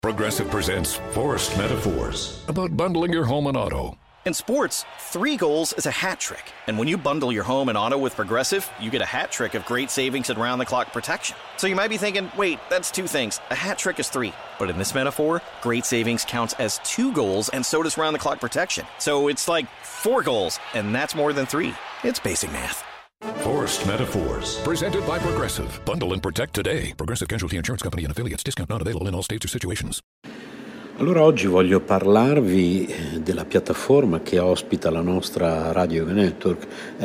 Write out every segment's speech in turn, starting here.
Progressive presents Forced Metaphors about bundling your home and auto. In sports, 3 goals is a hat trick. And when you bundle your home and auto with Progressive, you get a hat trick of great savings and round-the-clock protection. So you might be thinking, wait, that's 2 things. A hat trick is 3. But in this metaphor, great savings counts as 2 goals, and so does round-the-clock protection. So it's like 4 goals, and that's more than 3. It's basic math. Forced Metaphors, presented by Progressive. Bundle and protect today. Progressive Casualty Insurance Company and affiliates. Discount not available in all states or situations. Allora oggi voglio parlarvi della piattaforma che ospita la nostra Radio Network,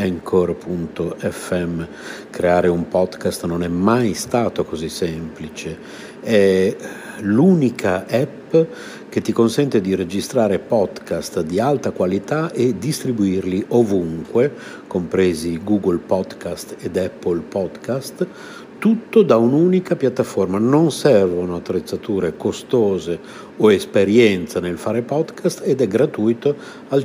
Anchor.fm. Creare un podcast non è mai stato così semplice. È l'unica app che ti consente di registrare podcast di alta qualità e distribuirli ovunque, compresi Google Podcast ed Apple Podcast, tutto da un'unica piattaforma. Non servono attrezzature costose o esperienza nel fare podcast ed è gratuito al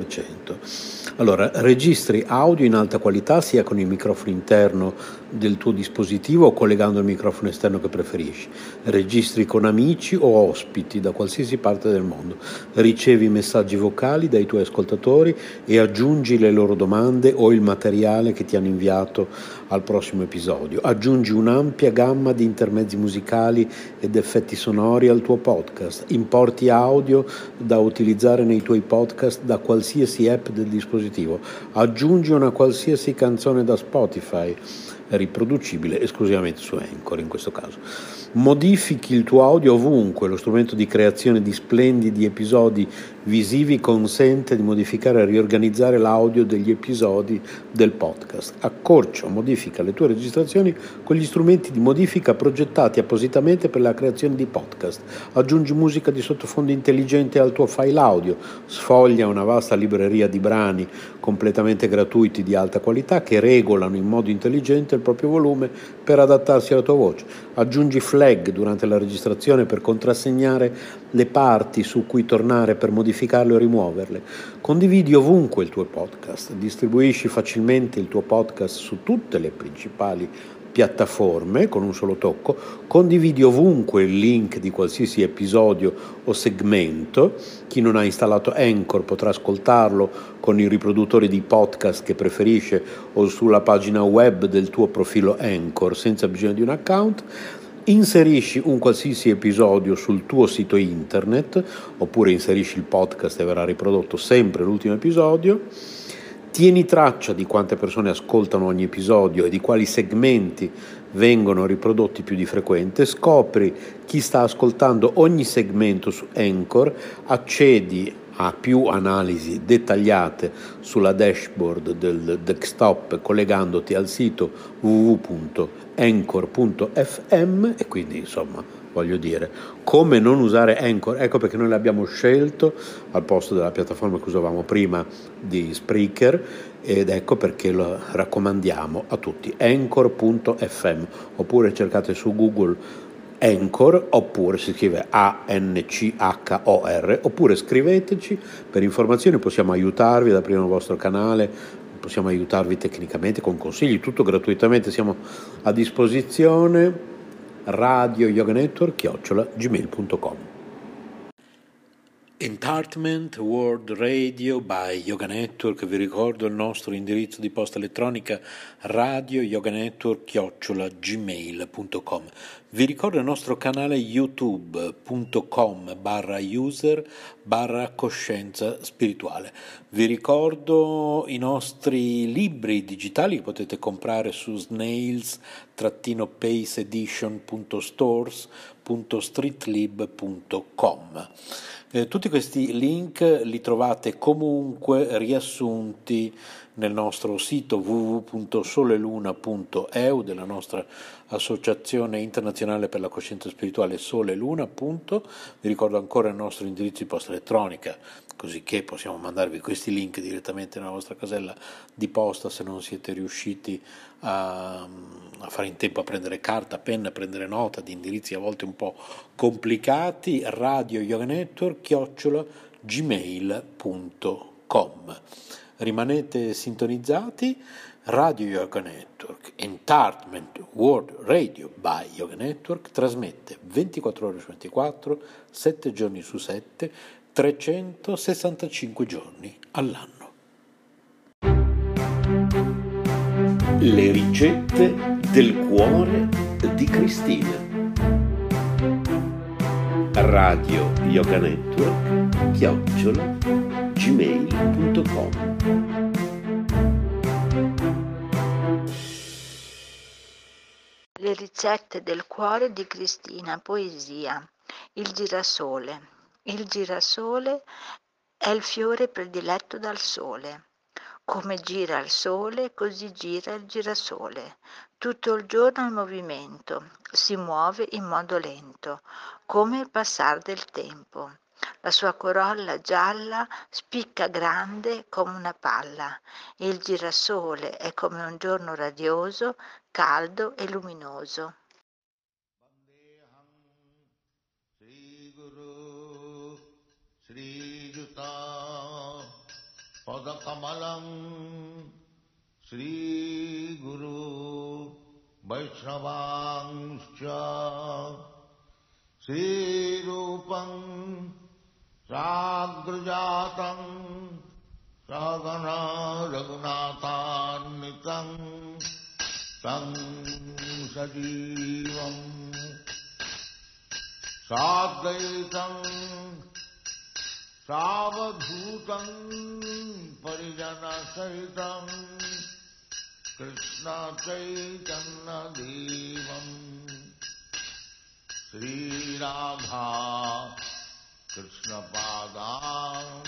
100%. Allora, registri audio in alta qualità sia con il microfono interno del tuo dispositivo o collegando il microfono esterno che preferisci. Registri con amici o ospiti da qualsiasi parte del mondo. Ricevi messaggi vocali dai tuoi ascoltatori e aggiungi le loro domande o il materiale che ti hanno inviato al prossimo episodio. Aggiungi un'ampia gamma di intermezzi musicali ed effetti sonori al tuo podcast. Importi audio da utilizzare nei tuoi podcast da qualsiasi app del dispositivo. Aggiungi una qualsiasi canzone da Spotify, riproducibile esclusivamente su Anchor in questo caso. Modifichi il tuo audio ovunque. Lo strumento di creazione di splendidi episodi visivi consente di modificare e riorganizzare l'audio degli episodi del podcast. Accorcia o modifica le tue registrazioni con gli strumenti di modifica progettati appositamente per la creazione di podcast. Aggiungi musica di sottofondo intelligente al tuo file audio. Sfoglia una vasta libreria di brani completamente gratuiti di alta qualità che regolano in modo intelligente il proprio volume per adattarsi alla tua voce. Aggiungi flag durante la registrazione per contrassegnare le parti su cui tornare per modificarle o rimuoverle. Condividi ovunque il tuo podcast. Distribuisci facilmente il tuo podcast su tutte le principali piattaforme con un solo tocco. Condividi ovunque il link di qualsiasi episodio o segmento. Chi non ha installato Anchor potrà ascoltarlo con i riproduttori di podcast che preferisce o sulla pagina web del tuo profilo Anchor senza bisogno di un account. Inserisci un qualsiasi episodio sul tuo sito internet oppure inserisci il podcast e verrà riprodotto sempre l'ultimo episodio. Tieni traccia di quante persone ascoltano ogni episodio e di quali segmenti vengono riprodotti più di frequente. Scopri chi sta ascoltando ogni segmento su Anchor, accedi a più analisi dettagliate sulla dashboard del desktop collegandoti al sito www.anchor.fm e quindi insomma voglio dire come non usare Anchor. Ecco perché noi l'abbiamo scelto al posto della piattaforma che usavamo prima di Spreaker ed ecco perché lo raccomandiamo a tutti. Anchor.fm oppure cercate su Google Anchor oppure si scrive Anchor oppure scriveteci per informazioni, possiamo aiutarvi ad aprire il vostro canale, possiamo aiutarvi tecnicamente con consigli, tutto gratuitamente, siamo a disposizione. Radio Yoga Network @gmail.com. Entertainment World Radio by Yoga Network. Vi ricordo il nostro indirizzo di posta elettronica radioyoganetwork@gmail.com. Vi ricordo il nostro canale youtube.com/user/coscienza spirituale. Vi ricordo i nostri libri digitali che potete comprare su snails-paceedition.stores.streetlib.com. Tutti questi link li trovate comunque riassunti nel nostro sito www.soleluna.eu della nostra associazione internazionale per la coscienza spirituale Sole Luna. Vi ricordo ancora il nostro indirizzo di posta elettronica, così che possiamo mandarvi questi link direttamente nella vostra casella di posta se non siete riusciti a fare in tempo a prendere carta, penna, a prendere nota di indirizzi a volte un po' complicati. Radio Yoga Network @gmail.com. Rimanete sintonizzati. Radio Yoga Network, Entertainment World Radio by Yoga Network, trasmette 24 ore su 24, 7 giorni su 7, 365 giorni all'anno. Le ricette del cuore di Cristina. Radio Yoga Network @gmail.com. Le ricette del cuore di Cristina, poesia. Il girasole. Il girasole è il fiore prediletto dal sole. Come gira il sole, così gira il girasole. Tutto il giorno in movimento, si muove in modo lento, come il passare del tempo. La sua corolla gialla spicca grande come una palla. Il girasole è come un giorno radioso, caldo e luminoso. Sri Guru Sri Juta Padakamalam Sri Guru Vaishnavangscha Sri Rupam Sagrajatam Sagana Raghunathannitam Tam Sajivam Sadaitam Savadhutam Parijana Sahitam Krishna Chaitanya Devam Sri Radha Krishna Padam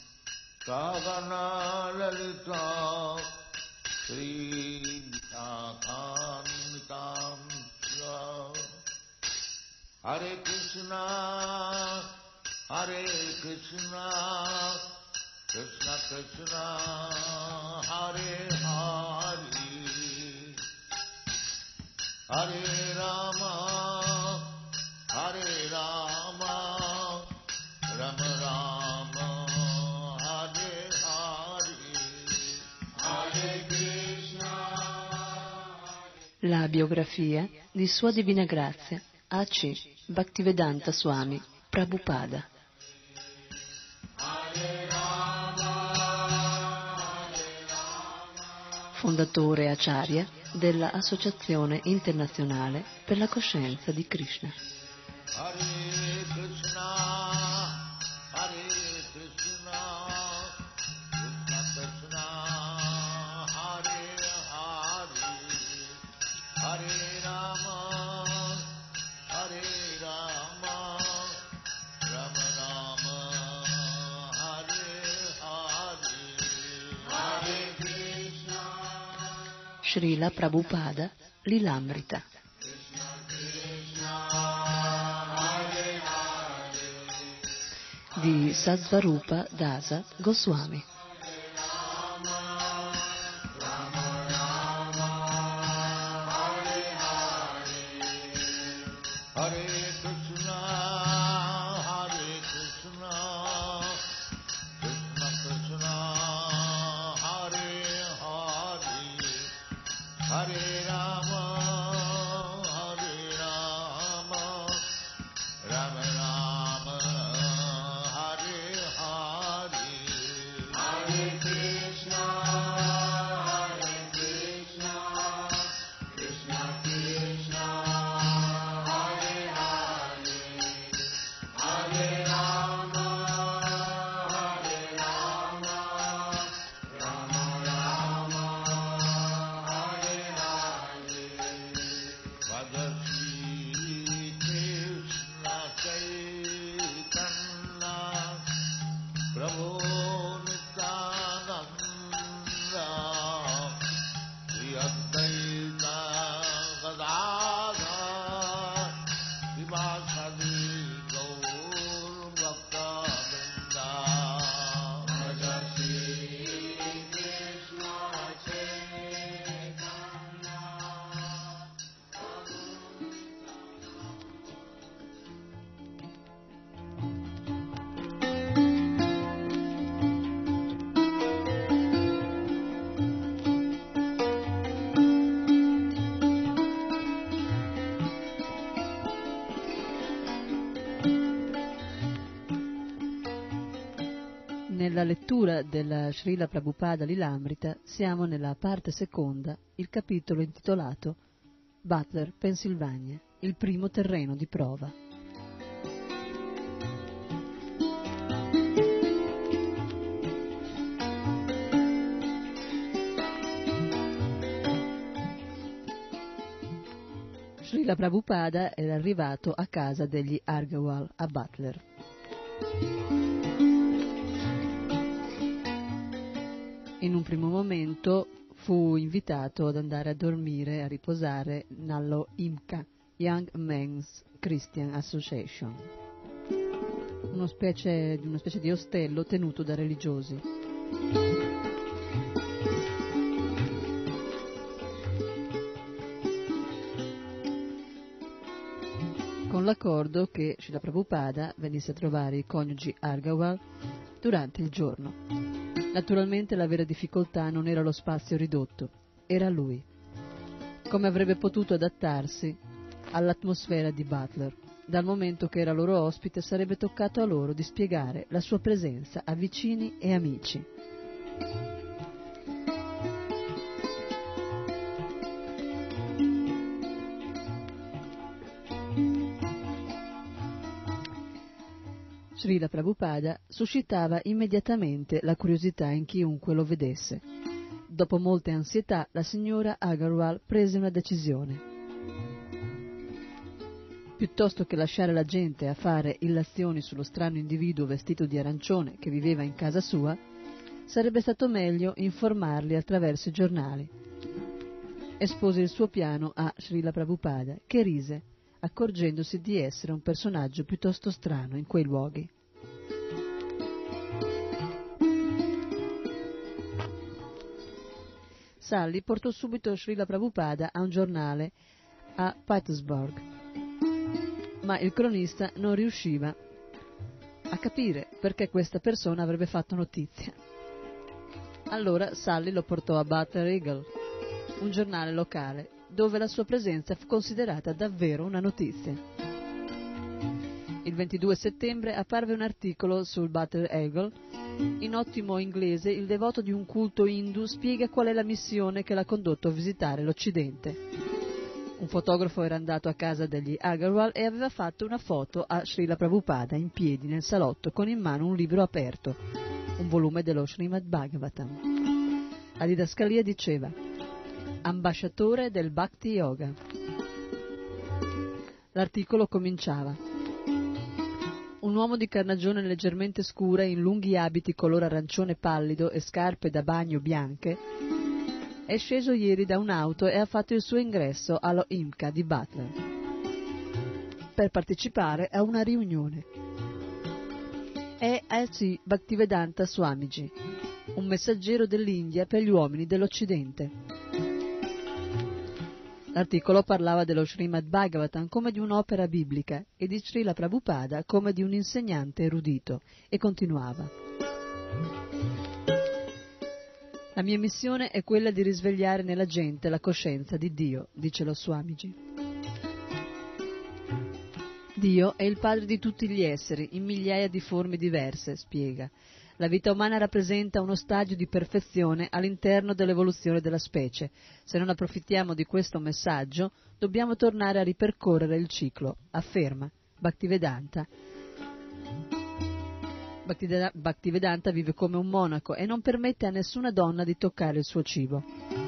Sagana Lalita Sri Vikakanitam Hare Krishna Krishna Krishna Hare Hare Hare Rama Rama Rama Hare Hare Hare Krishna. La biografia di Sua Divina Grazia A.C. Bhaktivedanta Swami Prabhupada. Fondatore Acharya della Associazione Internazionale per la Coscienza di Krishna. Hare Krishna, Krishna Krishna, Hare Hare, Hare Rama, Rama Rama, Hare Hare, Hare Krishna. Srila Prabhupada Lilamrita. Di Sattvarupa Dasa Goswami. Hare Krishna, Krishna Krishna, Hare Hare, Hare Rama, Rama Rama, Hare Hare, Nella lettura della Srila Prabhupada Lilamrita siamo nella parte seconda, il capitolo intitolato Butler, Pennsylvania, il primo terreno di prova. Srila Prabhupada era arrivato a casa degli Agarwal a Butler. In un primo momento fu invitato ad andare a dormire, a riposare nallo IMCA, Young Men's Christian Association, una specie di ostello tenuto da religiosi. Con l'accordo che Srila Prabhupada venisse a trovare i coniugi Agarwal durante il giorno. Naturalmente la vera difficoltà non era lo spazio ridotto, era lui. Come avrebbe potuto adattarsi all'atmosfera di Butler? Dal momento che era loro ospite sarebbe toccato a loro di spiegare la sua presenza a vicini e amici. Srila Prabhupada suscitava immediatamente la curiosità in chiunque lo vedesse. Dopo molte ansietà, la signora Agarwal prese una decisione. Piuttosto che lasciare la gente a fare illazioni sullo strano individuo vestito di arancione che viveva in casa sua, sarebbe stato meglio informarli attraverso i giornali. Espose il suo piano a Srila Prabhupada, che rise, accorgendosi di essere un personaggio piuttosto strano in quei luoghi. Sally portò subito Srila Prabhupada a un giornale a Pittsburgh, ma il cronista non riusciva a capire perché questa persona avrebbe fatto notizia. Allora Sally lo portò a Butter Eagle, un giornale locale, dove la sua presenza fu considerata davvero una notizia. Il 22 settembre apparve un articolo sul Butter Eagle. In ottimo inglese, il devoto di un culto hindu spiega qual è la missione che l'ha condotto a visitare l'Occidente. Un fotografo era andato a casa degli Agarwal e aveva fatto una foto a Srila Prabhupada in piedi nel salotto con in mano un libro aperto, un volume dello Srimad Bhagavatam. La didascalia diceva: ambasciatore del Bhakti Yoga. L'articolo cominciava: un uomo di carnagione leggermente scura in lunghi abiti color arancione pallido e scarpe da bagno bianche è sceso ieri da un'auto e ha fatto il suo ingresso allo IMCA di Butler per partecipare a una riunione. È A.C. Bhaktivedanta Swamiji, un messaggero dell'India per gli uomini dell'Occidente. L'articolo parlava dello Srimad Bhagavatam come di un'opera biblica e di Srila Prabhupada come di un insegnante erudito, e continuava: la mia missione è quella di risvegliare nella gente la coscienza di Dio, dice lo Swamiji. Dio è il padre di tutti gli esseri, in migliaia di forme diverse, spiega. La vita umana rappresenta uno stadio di perfezione all'interno dell'evoluzione della specie. Se non approfittiamo di questo messaggio, dobbiamo tornare a ripercorrere il ciclo, afferma Bhaktivedanta. Bhaktivedanta vive come un monaco e non permette a nessuna donna di toccare il suo cibo.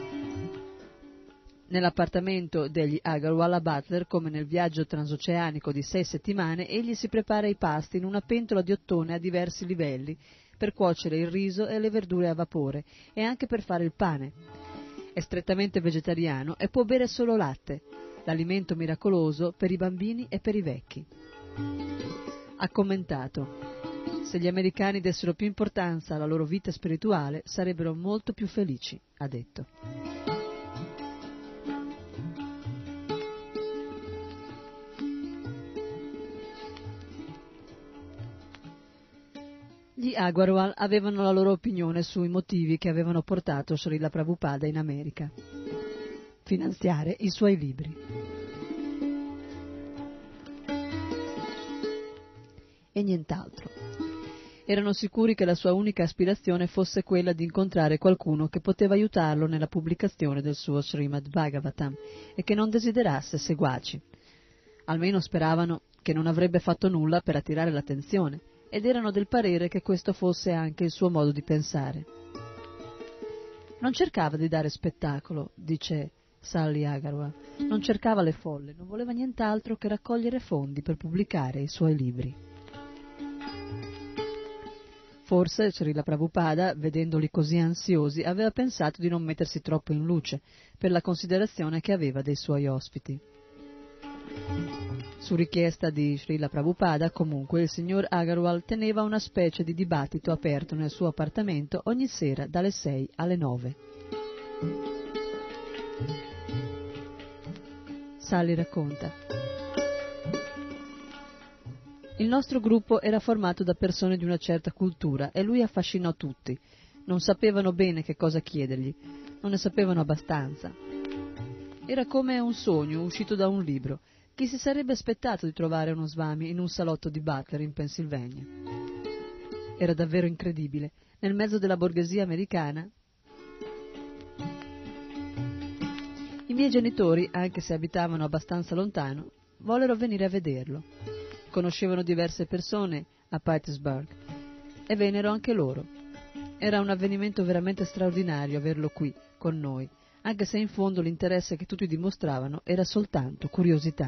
Nell'appartamento degli Agarwal a Butler, come nel viaggio transoceanico di 6 settimane, egli si prepara i pasti in una pentola di ottone a diversi livelli, per cuocere il riso e le verdure a vapore e anche per fare il pane. È strettamente vegetariano e può bere solo latte, l'alimento miracoloso per i bambini e per i vecchi. Ha commentato: se gli americani dessero più importanza alla loro vita spirituale sarebbero molto più felici, ha detto. Gli Agarwal avevano la loro opinione sui motivi che avevano portato Srila Prabhupada in America: finanziare i suoi libri. E nient'altro. Erano sicuri che la sua unica aspirazione fosse quella di incontrare qualcuno che poteva aiutarlo nella pubblicazione del suo Srimad Bhagavatam e che non desiderasse seguaci. Almeno speravano che non avrebbe fatto nulla per attirare l'attenzione, ed erano del parere che questo fosse anche il suo modo di pensare. Non cercava di dare spettacolo, dice Sally Agarwal, non cercava le folle, non voleva nient'altro che raccogliere fondi per pubblicare i suoi libri. Forse Srila Prabhupada, vedendoli così ansiosi, aveva pensato di non mettersi troppo in luce, per la considerazione che aveva dei suoi ospiti. Su richiesta di Srila Prabhupada, comunque, il signor Agarwal teneva una specie di dibattito aperto nel suo appartamento ogni sera dalle 6 alle 9. Sally racconta: il nostro gruppo era formato da persone di una certa cultura e lui affascinò tutti. Non sapevano bene che cosa chiedergli, non ne sapevano abbastanza. Era come un sogno uscito da un libro. Chi si sarebbe aspettato di trovare uno Swami in un salotto di Butler in Pennsylvania? Era davvero incredibile. Nel mezzo della borghesia americana, i miei genitori, anche se abitavano abbastanza lontano, vollero venire a vederlo. Conoscevano diverse persone a Pittsburgh e vennero anche loro. Era un avvenimento veramente straordinario averlo qui con noi, anche se in fondo l'interesse che tutti dimostravano era soltanto curiosità.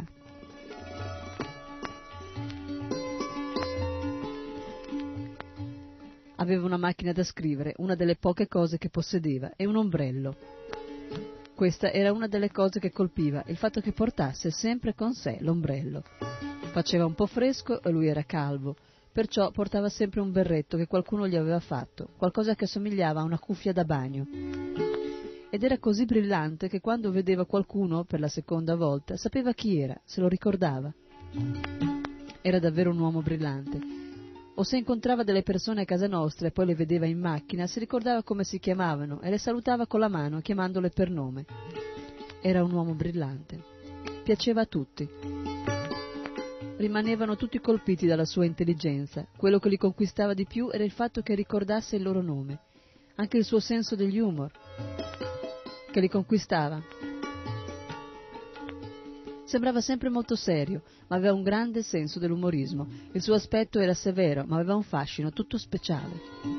Aveva una macchina da scrivere, una delle poche cose che possedeva, e un ombrello. Questa era una delle cose che colpiva, il fatto che portasse sempre con sé l'ombrello. Faceva un po' fresco e lui era calvo, perciò portava sempre un berretto che qualcuno gli aveva fatto, qualcosa che somigliava a una cuffia da bagno. Ed era così brillante che quando vedeva qualcuno per la seconda volta sapeva chi era, se lo ricordava. Era davvero un uomo brillante. O se incontrava delle persone a casa nostra e poi le vedeva in macchina, si ricordava come si chiamavano e le salutava con la mano chiamandole per nome. Era un uomo brillante. Piaceva a tutti. Rimanevano tutti colpiti dalla sua intelligenza. Quello che li conquistava di più era il fatto che ricordasse il loro nome, anche il suo senso degli humor, che li conquistava. Sembrava sempre molto serio, ma aveva un grande senso dell'umorismo. Il suo aspetto era severo, ma aveva un fascino tutto speciale.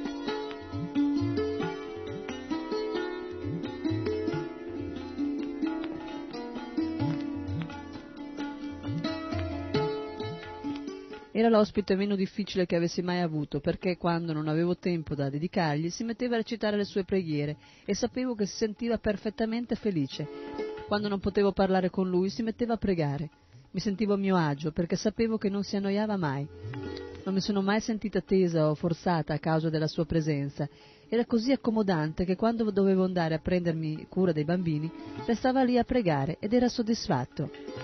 Era l'ospite meno difficile che avessi mai avuto, perché quando non avevo tempo da dedicargli si metteva a recitare le sue preghiere e sapevo che si sentiva perfettamente felice. Quando non potevo parlare con lui si metteva a pregare. Mi sentivo a mio agio perché sapevo che non si annoiava mai. Non mi sono mai sentita tesa o forzata a causa della sua presenza. Era così accomodante che quando dovevo andare a prendermi cura dei bambini restava lì a pregare ed era soddisfatto.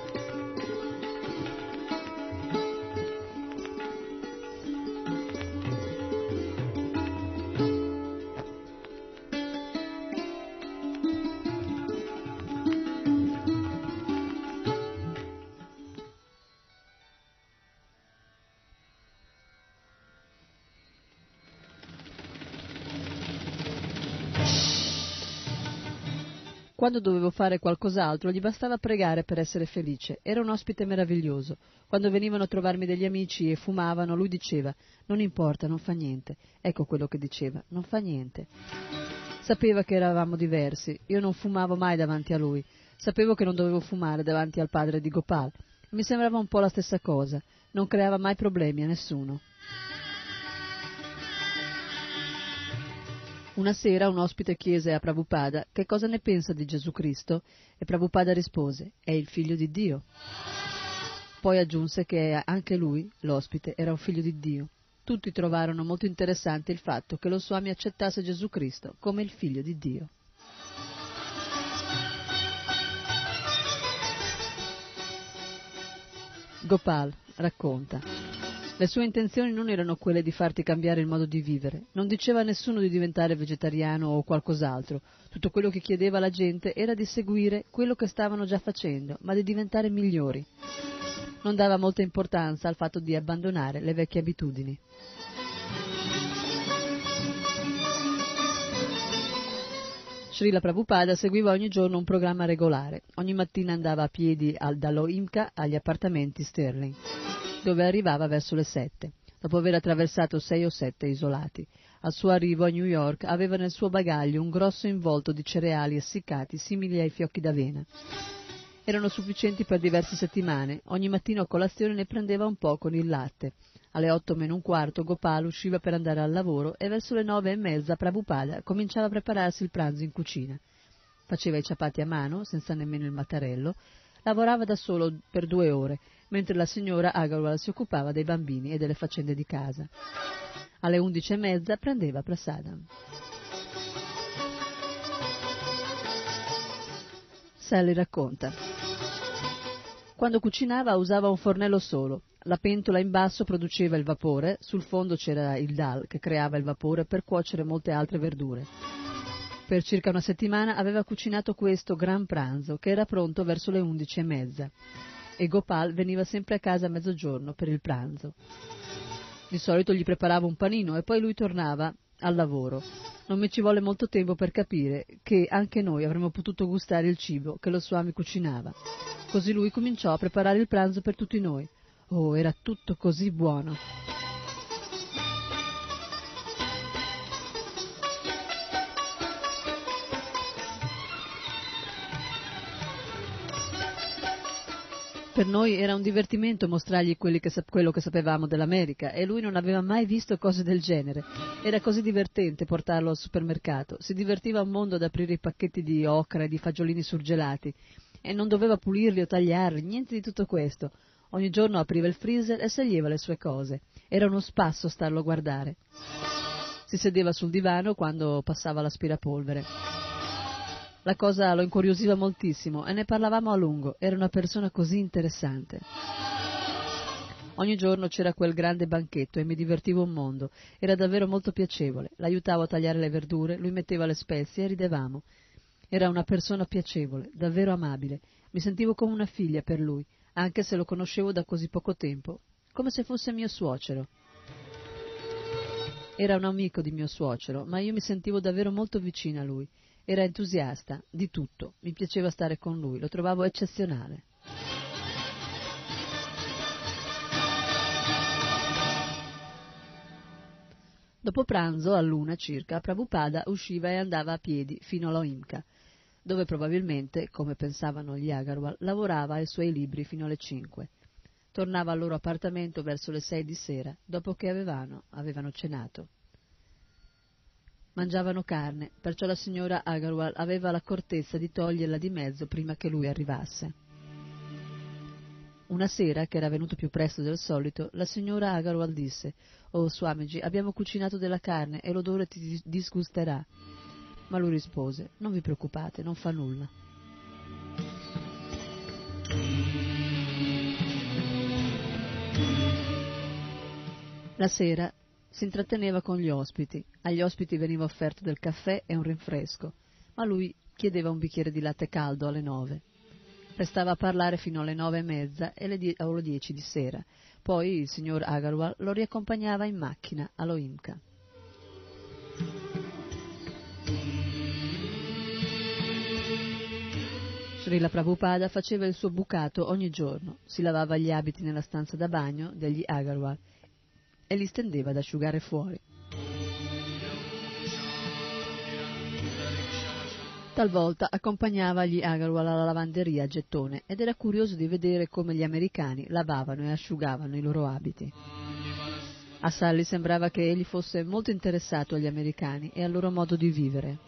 Quando dovevo fare qualcos'altro gli bastava pregare per essere felice. Era un ospite meraviglioso. Quando venivano a trovarmi degli amici e fumavano, lui diceva: non importa, non fa niente. Ecco quello che diceva: non fa niente. Sapeva che eravamo diversi. Io non fumavo mai davanti a lui. Sapevo che non dovevo fumare davanti al padre di Gopal. Mi sembrava un po' la stessa cosa. Non creava mai problemi a nessuno. Una sera un ospite chiese a Prabhupada che cosa ne pensa di Gesù Cristo e Prabhupada rispose: è il figlio di Dio. Poi aggiunse che anche lui, l'ospite, era un figlio di Dio. Tutti trovarono molto interessante il fatto che lo Swami accettasse Gesù Cristo come il figlio di Dio. Gopal racconta: le sue intenzioni non erano quelle di farti cambiare il modo di vivere. Non diceva a nessuno di diventare vegetariano o qualcos'altro. Tutto quello che chiedeva alla gente era di seguire quello che stavano già facendo, ma di diventare migliori. Non dava molta importanza al fatto di abbandonare le vecchie abitudini. Srila Prabhupada seguiva ogni giorno un programma regolare. Ogni mattina andava a piedi dallo Imka agli appartamenti Sterling, dove arrivava verso le 7, dopo aver attraversato 6 o 7 isolati. Al suo arrivo a New York aveva nel suo bagaglio un grosso involto di cereali essiccati simili ai fiocchi d'avena. Erano sufficienti per diverse settimane. Ogni mattino a colazione ne prendeva un po' con il latte. Alle 8:45 Gopal usciva per andare al lavoro e verso le 9:30 Prabhupada cominciava a prepararsi il pranzo in cucina. Faceva i ciapati a mano, senza nemmeno il mattarello, lavorava da solo per 2 ore, mentre la signora Agarwal si occupava dei bambini e delle faccende di casa. Alle 11:30 prendeva prasadam. Sally racconta. Quando cucinava usava un fornello solo. La pentola in basso produceva il vapore, sul fondo c'era il dal che creava il vapore per cuocere molte altre verdure. Per circa una settimana aveva cucinato questo gran pranzo, che era pronto verso le 11:30, e Gopal veniva sempre a casa a mezzogiorno per il pranzo. Di solito gli preparava un panino e poi lui tornava al lavoro. Non mi ci volle molto tempo per capire che anche noi avremmo potuto gustare il cibo che lo Swami cucinava. Così lui cominciò a preparare il pranzo per tutti noi. Oh, era tutto così buono. Per noi era un divertimento mostrargli quello che sapevamo dell'America, e lui non aveva mai visto cose del genere. Era così divertente portarlo al supermercato. Si divertiva un mondo ad aprire i pacchetti di ocra e di fagiolini surgelati, e non doveva pulirli o tagliarli, niente di tutto questo. Ogni giorno apriva il freezer e sceglieva le sue cose. Era uno spasso starlo a guardare. Si sedeva sul divano quando passava l'aspirapolvere. La cosa lo incuriosiva moltissimo e ne parlavamo a lungo. Era una persona così interessante. Ogni giorno c'era quel grande banchetto e mi divertivo un mondo. Era davvero molto piacevole. L'aiutavo a tagliare le verdure, lui metteva le spezie e ridevamo. Era una persona piacevole, davvero amabile. Mi sentivo come una figlia per lui, anche se lo conoscevo da così poco tempo, come se fosse mio suocero. Era un amico di mio suocero, ma io mi sentivo davvero molto vicina a lui. Era entusiasta di tutto, mi piaceva stare con lui, lo trovavo eccezionale. Dopo pranzo, all'1 circa, Prabhupada usciva e andava a piedi fino all'Oimka, dove probabilmente, come pensavano gli Agarwal, lavorava ai suoi libri fino alle 5. Tornava al loro appartamento verso le 6 di sera, dopo che avevano cenato. Mangiavano carne, perciò la signora Agarwal aveva l'accortezza di toglierla di mezzo prima che lui arrivasse. Una sera, che era venuto più presto del solito, la signora Agarwal disse: «Oh Swamiji, abbiamo cucinato della carne e l'odore ti disgusterà». Ma lui rispose: «Non vi preoccupate, non fa nulla». La sera si intratteneva con gli ospiti. Agli ospiti veniva offerto del caffè e un rinfresco, ma lui chiedeva un bicchiere di latte caldo alle 9. Restava a parlare fino alle 9:30 e alle 10 di sera. Poi il signor Agarwal lo riaccompagnava in macchina all'Oimka. Srila Prabhupada faceva il suo bucato ogni giorno, si lavava gli abiti nella stanza da bagno degli Agarwal e li stendeva ad asciugare fuori. Talvolta accompagnava gli Agarwal alla lavanderia a gettone ed era curioso di vedere come gli americani lavavano e asciugavano i loro abiti. A Sally sembrava che egli fosse molto interessato agli americani e al loro modo di vivere.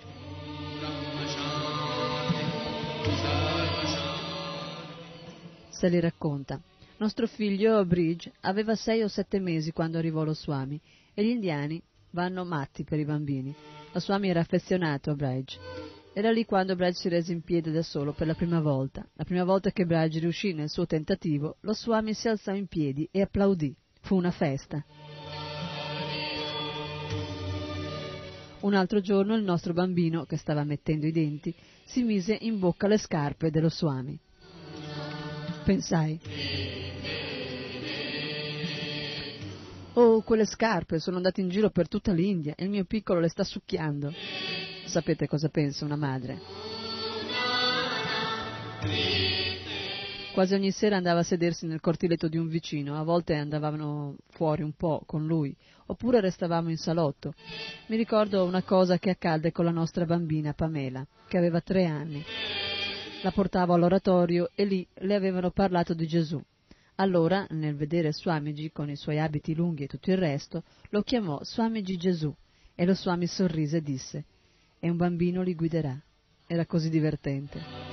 Sally racconta: nostro figlio Bridge aveva 6 o 7 mesi quando arrivò lo Swami e gli indiani vanno matti per i bambini. Lo Swami era affezionato a Bridge. Era lì quando Bridge si rese in piedi da solo per la prima volta. La prima volta che Bridge riuscì nel suo tentativo, lo Swami si alzò in piedi e applaudì. Fu una festa. Un altro giorno il nostro bambino, che stava mettendo i denti, si mise in bocca le scarpe dello Swami. Pensai: oh, quelle scarpe sono andate in giro per tutta l'India e il mio piccolo le sta succhiando. sapete cosa pensa una madre. Quasi ogni sera andava a sedersi nel cortiletto di un vicino, a volte andavano fuori un po' con lui, oppure restavamo in salotto. Mi ricordo una cosa che accadde con la nostra bambina Pamela, che aveva 3 anni. La portavo all'oratorio e lì le avevano parlato di Gesù. Allora, nel vedere Swamiji con i suoi abiti lunghi e tutto il resto, lo chiamò Swamiji Gesù e lo Swami sorrise e disse: «E un bambino li guiderà». Era così divertente.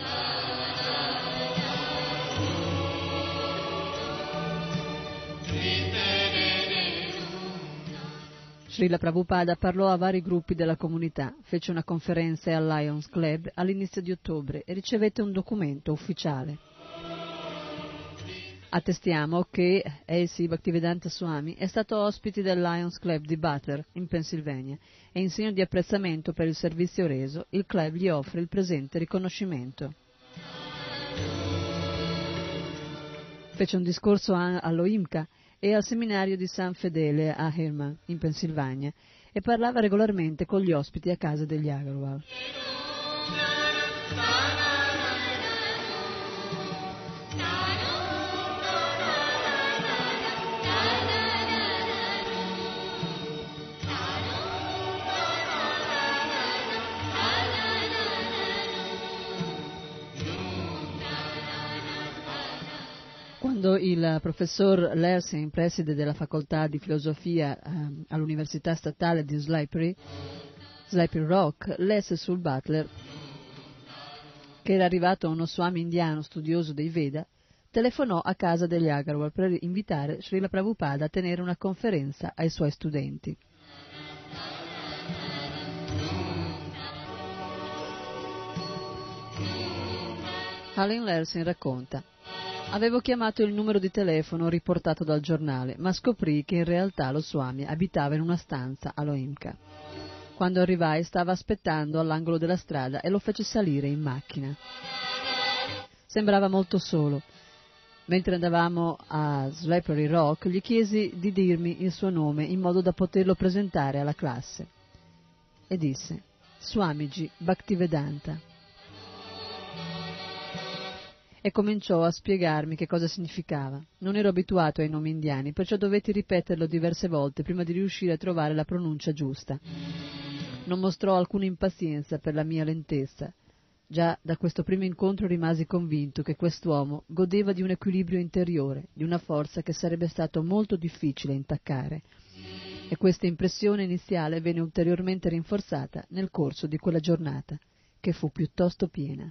Srila Prabhupada parlò a vari gruppi della comunità, fece una conferenza al Lions Club all'inizio di ottobre e ricevette un documento ufficiale. Attestiamo che A.C. Bhaktivedanta Swami è stato ospite del Lions Club di Butler, in Pennsylvania, e in segno di apprezzamento per il servizio reso, il club gli offre il presente riconoscimento. Fece un discorso all'OIMCA e al seminario di San Fedele a Herman, in Pennsylvania, e parlava regolarmente con gli ospiti a casa degli Agarwal. Quando il professor Lersin, preside della facoltà di filosofia all'Università Statale di Slippery Rock, lesse sul Butler che era arrivato uno Swami indiano studioso dei Veda, telefonò a casa degli Agarwal per invitare Srila Prabhupada a tenere una conferenza ai suoi studenti. Alan Lersin racconta: «Avevo chiamato il numero di telefono riportato dal giornale, ma scoprì che in realtà lo Swami abitava in una stanza all'OIMCA. Quando arrivai stava aspettando all'angolo della strada e lo fece salire in macchina. Sembrava molto solo. Mentre andavamo a Slippery Rock gli chiesi di dirmi il suo nome in modo da poterlo presentare alla classe. E disse: Swamiji Bhaktivedanta. E cominciò a spiegarmi che cosa significava. Non ero abituato ai nomi indiani, perciò dovetti ripeterlo diverse volte prima di riuscire a trovare la pronuncia giusta. Non mostrò alcuna impazienza per la mia lentezza. Già da questo primo incontro rimasi convinto che quest'uomo godeva di un equilibrio interiore, di una forza che sarebbe stato molto difficile intaccare. E questa impressione iniziale venne ulteriormente rinforzata nel corso di quella giornata, che fu piuttosto piena.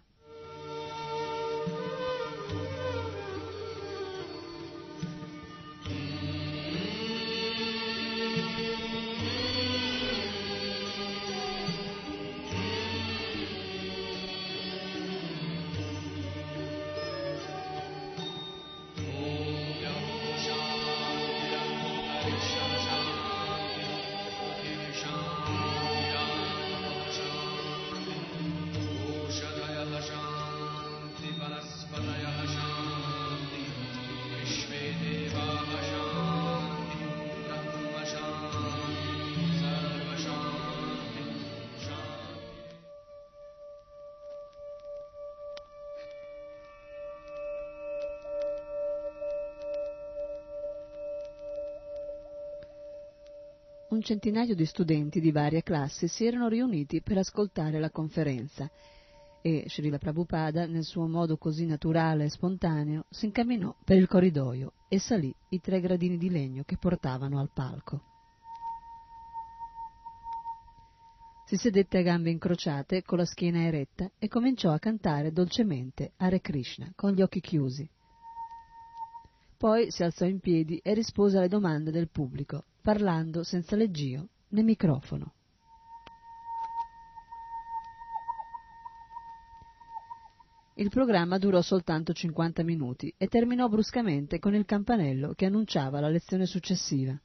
Un centinaio di studenti di varie classi si erano riuniti per ascoltare la conferenza e Srila Prabhupada, nel suo modo così naturale e spontaneo, si incamminò per il corridoio e salì i 3 gradini di legno che portavano al palco. Si sedette a gambe incrociate, con la schiena eretta, e cominciò a cantare dolcemente Hare Krishna, con gli occhi chiusi. Poi si alzò in piedi e rispose alle domande del pubblico, parlando senza leggio né microfono. Il programma durò soltanto 50 minuti e terminò bruscamente con il campanello che annunciava la lezione successiva.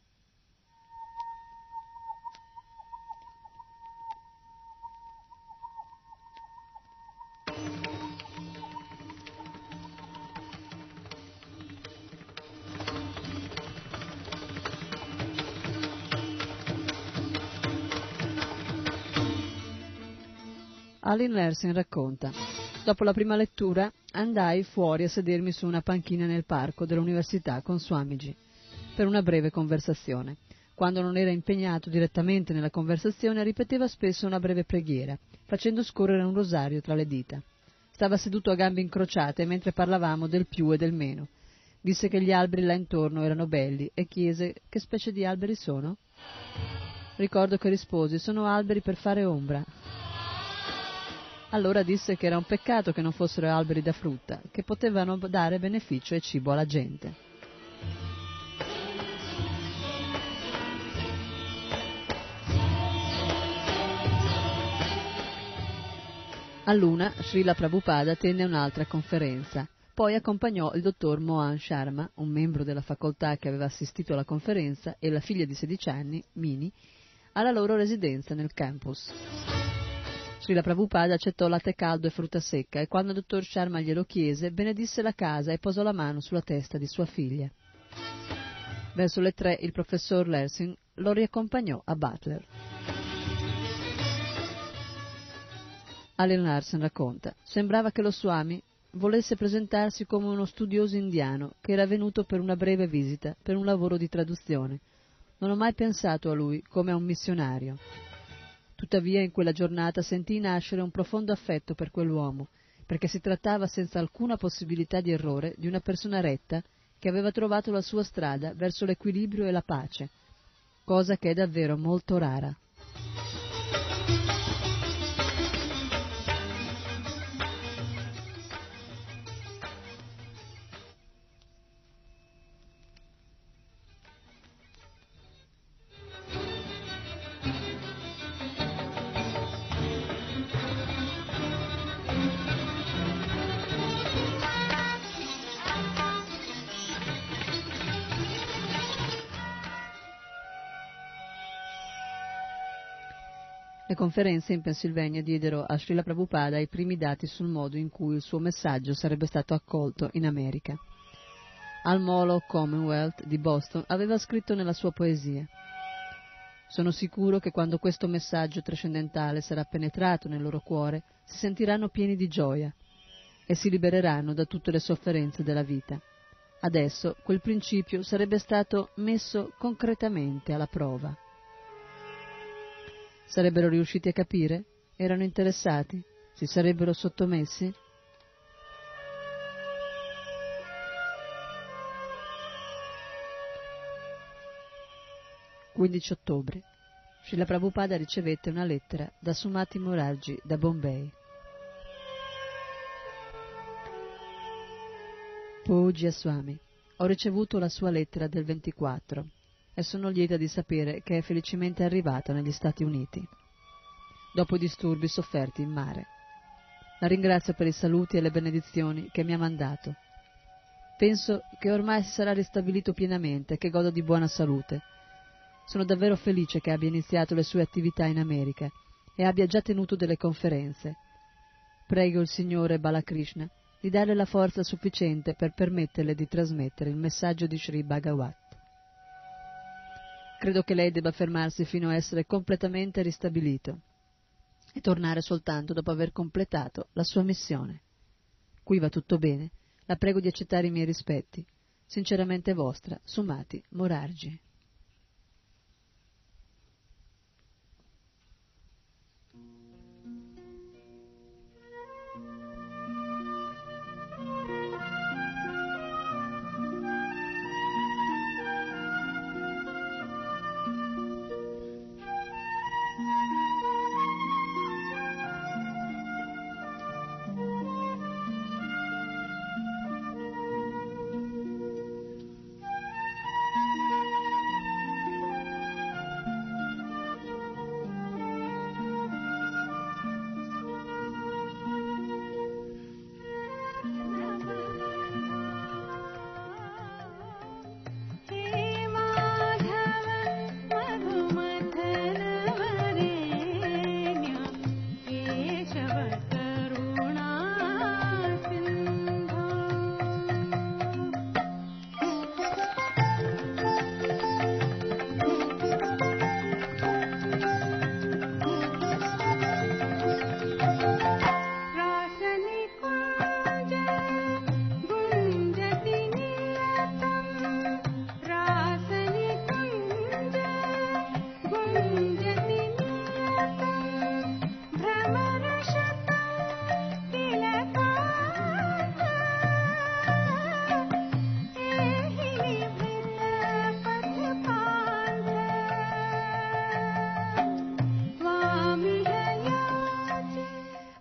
Aline Lersen racconta: dopo la prima lettura andai fuori a sedermi su una panchina nel parco dell'università con Swamiji per una breve conversazione. Quando non era impegnato direttamente nella conversazione ripeteva spesso una breve preghiera, facendo scorrere un rosario tra le dita. Stava seduto a gambe incrociate mentre parlavamo del più e del meno. Disse che gli alberi là intorno erano belli e chiese: che specie di alberi sono? Ricordo che risposi: sono alberi per fare ombra. Allora disse che era un peccato che non fossero alberi da frutta, che potevano dare beneficio e cibo alla gente. A Luna, Srila Prabhupada tenne un'altra conferenza. Poi accompagnò il dottor Mohan Sharma, un membro della facoltà che aveva assistito alla conferenza, e la figlia di 16 anni, Mini, alla loro residenza nel campus. Srila Prabhupada accettò latte caldo e frutta secca e quando il dottor Sharma glielo chiese, benedisse la casa e posò la mano sulla testa di sua figlia. Verso le 3 il professor Lersen lo riaccompagnò a Butler. Aline Larsen racconta: sembrava che lo Swami volesse presentarsi come uno studioso indiano che era venuto per una breve visita, per un lavoro di traduzione. Non ho mai pensato a lui come a un missionario. Tuttavia in quella giornata sentii nascere un profondo affetto per quell'uomo, perché si trattava senza alcuna possibilità di errore di una persona retta che aveva trovato la sua strada verso l'equilibrio e la pace, cosa che è davvero molto rara. Le conferenze in Pennsylvania diedero a Srila Prabhupada i primi dati sul modo in cui il suo messaggio sarebbe stato accolto in America. Al Molo Commonwealth di Boston aveva scritto nella sua poesia: sono sicuro che quando questo messaggio trascendentale sarà penetrato nel loro cuore si sentiranno pieni di gioia e si libereranno da tutte le sofferenze della vita. Adesso quel principio sarebbe stato messo concretamente alla prova. Sarebbero riusciti a capire? Erano interessati? Si sarebbero sottomessi? «15 ottobre. Srila Prabhupada ricevette una lettera da Sumati Morarji da Bombay. Pujya Swami, ho ricevuto la sua lettera del 24 e sono lieta di sapere che è felicemente arrivata negli Stati Uniti, dopo i disturbi sofferti in mare. La ringrazio per i saluti e le benedizioni che mi ha mandato. Penso che ormai si sarà ristabilito pienamente e che goda di buona salute. Sono davvero felice che abbia iniziato le sue attività in America e abbia già tenuto delle conferenze. Prego il Signore Balakrishna di darle la forza sufficiente per permetterle di trasmettere il messaggio di Sri Bhagavat. Credo che lei debba fermarsi fino a essere completamente ristabilito e tornare soltanto dopo aver completato la sua missione. Qui va tutto bene. La prego di accettare i miei rispetti. Sinceramente vostra, Sumati Morarji.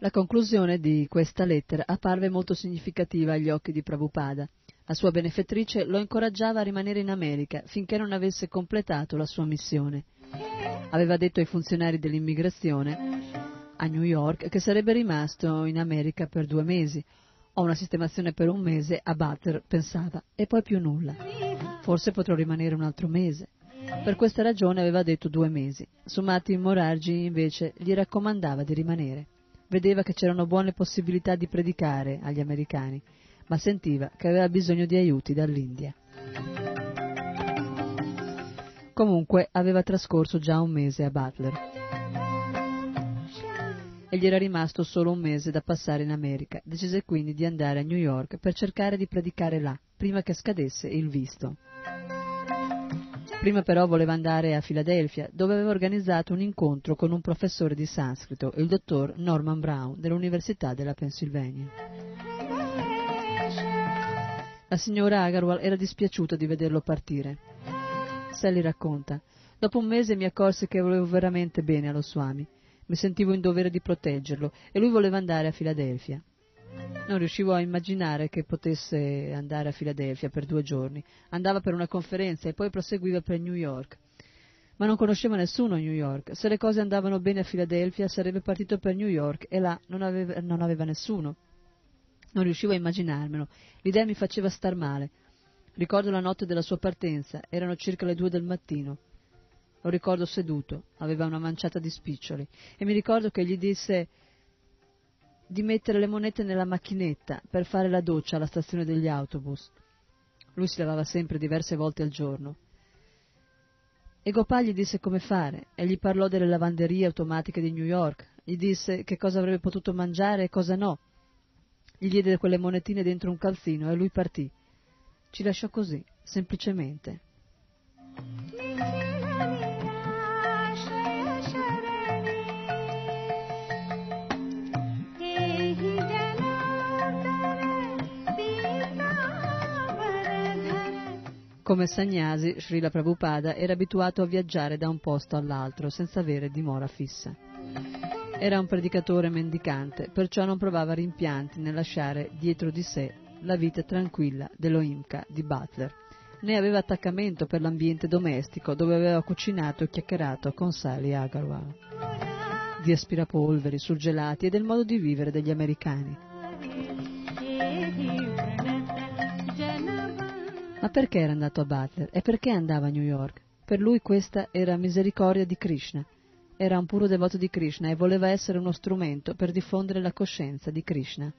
La conclusione di questa lettera apparve molto significativa agli occhi di Prabhupada. La sua benefettrice lo incoraggiava a rimanere in America finché non avesse completato la sua missione. Aveva detto ai funzionari dell'immigrazione a New York che sarebbe rimasto in America per 2 mesi. Ho una sistemazione per 1 mese a Butler, pensava, e poi più nulla. Forse potrò rimanere un altro mese. Per questa ragione aveva detto 2 mesi. Sumati Morarji invece gli raccomandava di rimanere. Vedeva che c'erano buone possibilità di predicare agli americani, ma sentiva che aveva bisogno di aiuti dall'India. Comunque aveva trascorso già 1 mese a Butler e gli era rimasto solo 1 mese da passare in America. Decise quindi di andare a New York per cercare di predicare là, prima che scadesse il visto. Prima però voleva andare a Filadelfia, dove aveva organizzato un incontro con un professore di sanscrito, il dottor Norman Brown, dell'Università della Pennsylvania. La signora Agarwal era dispiaciuta di vederlo partire. Sally racconta: dopo 1 mese mi accorsi che volevo veramente bene allo Swami. Mi sentivo in dovere di proteggerlo e lui voleva andare a Filadelfia. Non riuscivo a immaginare che potesse andare a Filadelfia per 2 giorni. Andava per una conferenza e poi proseguiva per New York. Ma non conosceva nessuno a New York. Se le cose andavano bene a Filadelfia sarebbe partito per New York e là non aveva nessuno. Non riuscivo a immaginarmelo. L'idea mi faceva star male. Ricordo la notte della sua partenza. Erano circa le 2 del mattino. Lo ricordo seduto, aveva una manciata di spiccioli, e mi ricordo che gli disse di mettere le monete nella macchinetta per fare la doccia alla stazione degli autobus. Lui si lavava sempre diverse volte al giorno. E Gopal gli disse come fare, e gli parlò delle lavanderie automatiche di New York, gli disse che cosa avrebbe potuto mangiare e cosa no. Gli diede quelle monetine dentro un calzino e lui partì. Ci lasciò così, semplicemente. Come Sannyasi, Srila Prabhupada era abituato a viaggiare da un posto all'altro senza avere dimora fissa. Era un predicatore mendicante, perciò non provava rimpianti nel lasciare dietro di sé la vita tranquilla dello Imka di Butler, né aveva attaccamento per l'ambiente domestico dove aveva cucinato e chiacchierato con Sally Agarwal, di aspirapolveri, surgelati e del modo di vivere degli americani. Ma perché era andato a Butler e perché andava a New York? Per lui questa era misericordia di Krishna. Era un puro devoto di Krishna e voleva essere uno strumento per diffondere la coscienza di Krishna.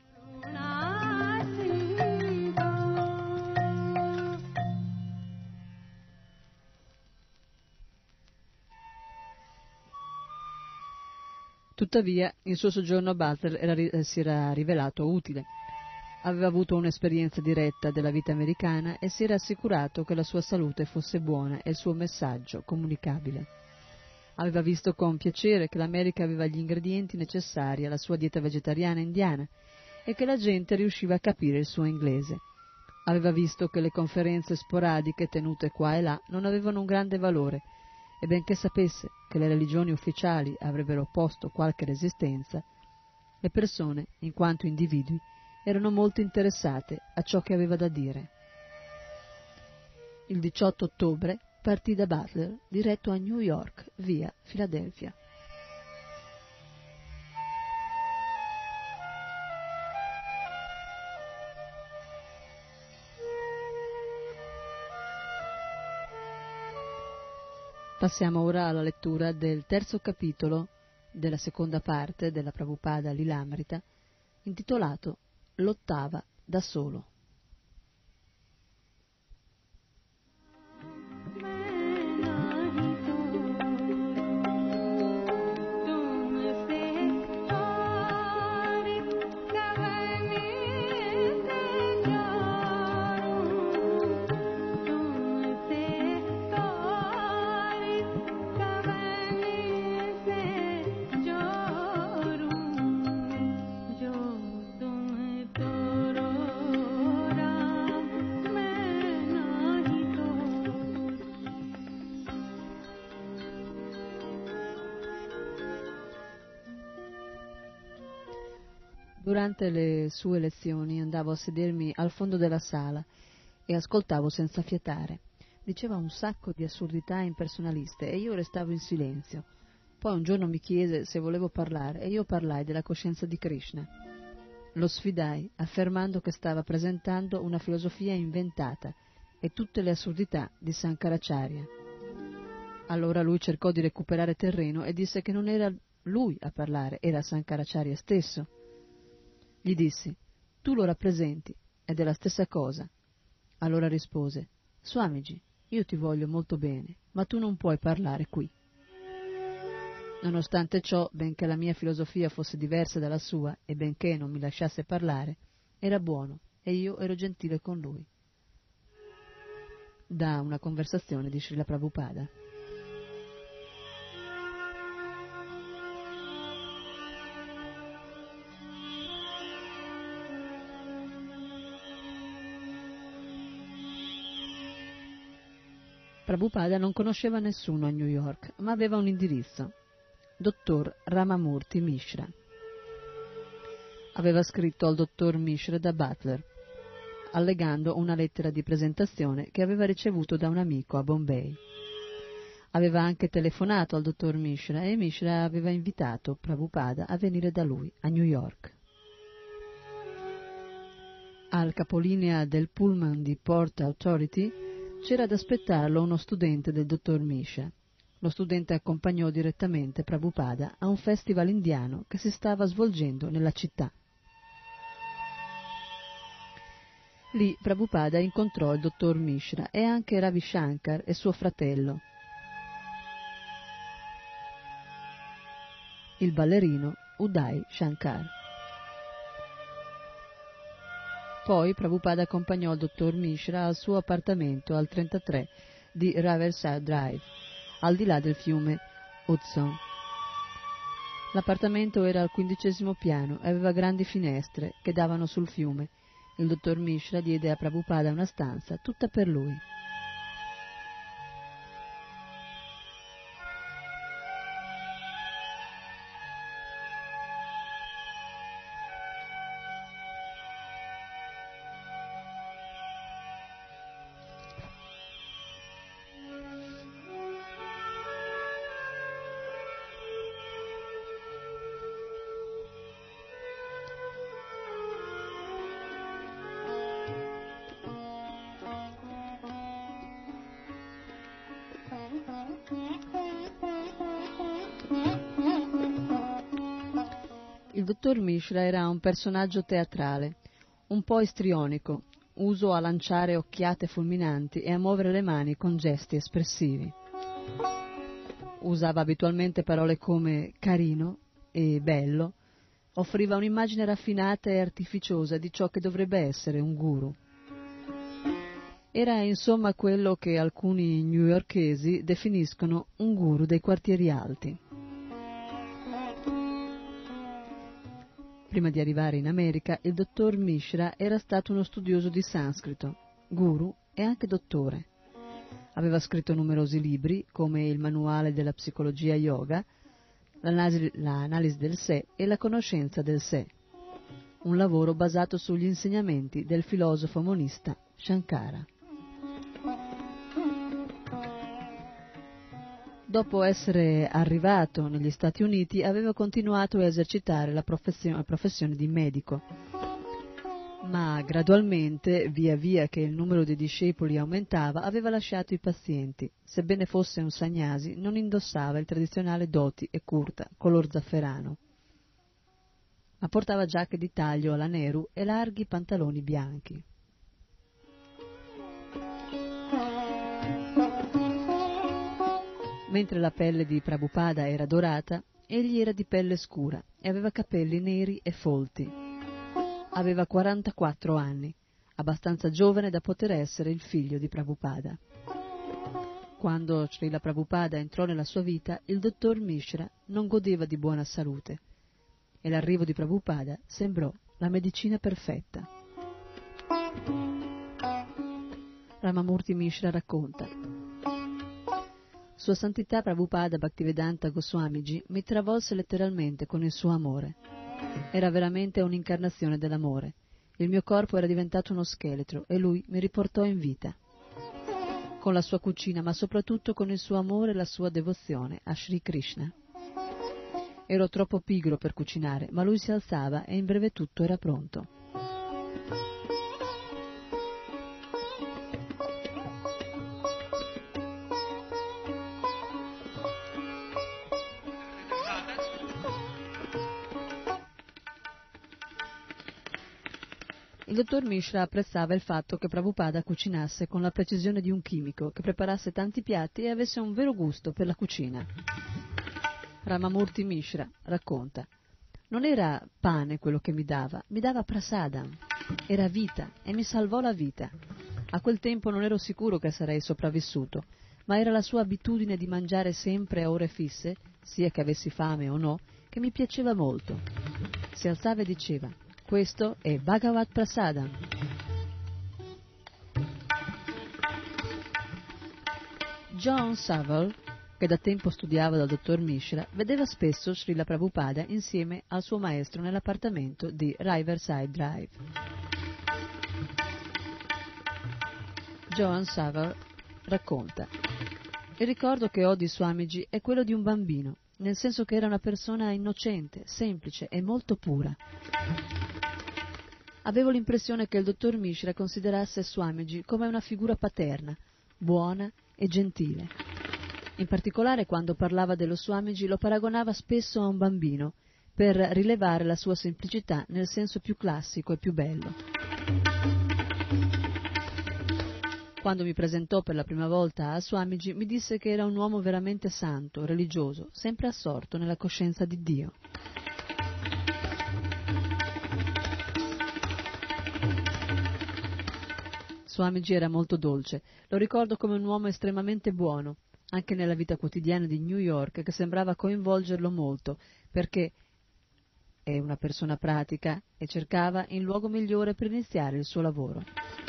Tuttavia, il suo soggiorno a Butler si era rivelato utile. Aveva avuto un'esperienza diretta della vita americana e si era assicurato che la sua salute fosse buona e il suo messaggio comunicabile. Aveva visto con piacere che l'America aveva gli ingredienti necessari alla sua dieta vegetariana indiana e che la gente riusciva a capire il suo inglese. Aveva visto che le conferenze sporadiche tenute qua e là non avevano un grande valore e benché sapesse che le religioni ufficiali avrebbero opposto qualche resistenza, le persone, in quanto individui, erano molto interessate a ciò che aveva da dire. Il 18 ottobre partì da Butler diretto a New York via Filadelfia. Passiamo ora alla lettura del 3° capitolo della 2ª parte della Prabhupada Lilamrita, intitolato L'ottava da solo. Durante le sue lezioni andavo a sedermi al fondo della sala e ascoltavo senza fiatare. Diceva un sacco di assurdità impersonaliste e io restavo in silenzio. Poi un giorno mi chiese se volevo parlare e io parlai della coscienza di Krishna. Lo sfidai, affermando che stava presentando una filosofia inventata e tutte le assurdità di Sankaracharya. Allora lui cercò di recuperare terreno e disse che non era lui a parlare, era Sankaracharya stesso. Gli dissi: tu lo rappresenti, ed è la stessa cosa. Allora rispose: Swamiji, io ti voglio molto bene, ma tu non puoi parlare qui. Nonostante ciò, benché la mia filosofia fosse diversa dalla sua e benché non mi lasciasse parlare, era buono e io ero gentile con lui. Da una conversazione di Srila Prabhupada. Prabhupada non conosceva nessuno a New York, ma aveva un indirizzo: Dottor Ramamurti Mishra. Aveva scritto al dottor Mishra da Butler, allegando una lettera di presentazione che aveva ricevuto da un amico a Bombay. Aveva anche telefonato al dottor Mishra e Mishra aveva invitato Prabhupada a venire da lui a New York. Al capolinea del pullman di Port Authority c'era ad aspettarlo uno studente del dottor Mishra. Lo studente accompagnò direttamente Prabhupada a un festival indiano che si stava svolgendo nella città. Lì Prabhupada incontrò il dottor Mishra e anche Ravi Shankar e suo fratello, il ballerino Uday Shankar. Poi Prabhupada accompagnò il dottor Mishra al suo appartamento al 33 di Riverside Drive, al di là del fiume Hudson. L'appartamento era al 15° piano e aveva grandi finestre che davano sul fiume. Il dottor Mishra diede a Prabhupada una stanza tutta per lui. Il dottor Mishra era un personaggio teatrale, un po' istrionico, uso a lanciare occhiate fulminanti e a muovere le mani con gesti espressivi. Usava abitualmente parole come carino e bello, offriva un'immagine raffinata e artificiosa di ciò che dovrebbe essere un guru. Era insomma quello che alcuni newyorkesi definiscono un guru dei quartieri alti. Prima di arrivare in America, il dottor Mishra era stato uno studioso di sanscrito, guru e anche dottore. Aveva scritto numerosi libri, come il Manuale della psicologia yoga, l'Analisi del sé e la conoscenza del sé, un lavoro basato sugli insegnamenti del filosofo monista Shankara. Dopo essere arrivato negli Stati Uniti, aveva continuato a esercitare la professione di medico, ma gradualmente, via via che il numero di discepoli aumentava, aveva lasciato i pazienti. Sebbene fosse un sannyasi, non indossava il tradizionale dhoti e kurta color zafferano, ma portava giacche di taglio alla Nehru e larghi pantaloni bianchi. Mentre la pelle di Prabhupada era dorata, egli era di pelle scura e aveva capelli neri e folti. Aveva 44 anni, abbastanza giovane da poter essere il figlio di Prabhupada. Quando Srila Prabhupada entrò nella sua vita, il dottor Mishra non godeva di buona salute e l'arrivo di Prabhupada sembrò la medicina perfetta. Ramamurti Mishra racconta: Sua Santità Prabhupada Bhaktivedanta Goswamiji mi travolse letteralmente con il suo amore. Era veramente un'incarnazione dell'amore. Il mio corpo era diventato uno scheletro e lui mi riportò in vita. Con la sua cucina, ma soprattutto con il suo amore e la sua devozione a Sri Krishna. Ero troppo pigro per cucinare, ma lui si alzava e in breve tutto era pronto. Il dottor Mishra apprezzava il fatto che Prabhupada cucinasse con la precisione di un chimico, che preparasse tanti piatti e avesse un vero gusto per la cucina. Ramamurti Mishra racconta: non era pane quello che mi dava prasadam, era vita e mi salvò la vita. A quel tempo non ero sicuro che sarei sopravvissuto, ma era la sua abitudine di mangiare sempre a ore fisse, sia che avessi fame o no, che mi piaceva molto. Si alzava e diceva: questo è Bhagavad Prasadam. John Saville, che da tempo studiava dal dottor Mishra, vedeva spesso Srila Prabhupada insieme al suo maestro nell'appartamento di Riverside Drive. John Saville racconta: il ricordo che ho di Swamiji è quello di un bambino, nel senso che era una persona innocente, semplice e molto pura. Avevo l'impressione che il dottor Mishra considerasse Swamiji come una figura paterna, buona e gentile. In particolare, quando parlava dello Swamiji, lo paragonava spesso a un bambino, per rilevare la sua semplicità nel senso più classico e più bello. Quando mi presentò per la prima volta a Swamiji, mi disse che era un uomo veramente santo, religioso, sempre assorto nella coscienza di Dio. Swamiji era molto dolce, lo ricordo come un uomo estremamente buono, anche nella vita quotidiana di New York, che sembrava coinvolgerlo molto, perché è una persona pratica e cercava il luogo migliore per iniziare il suo lavoro.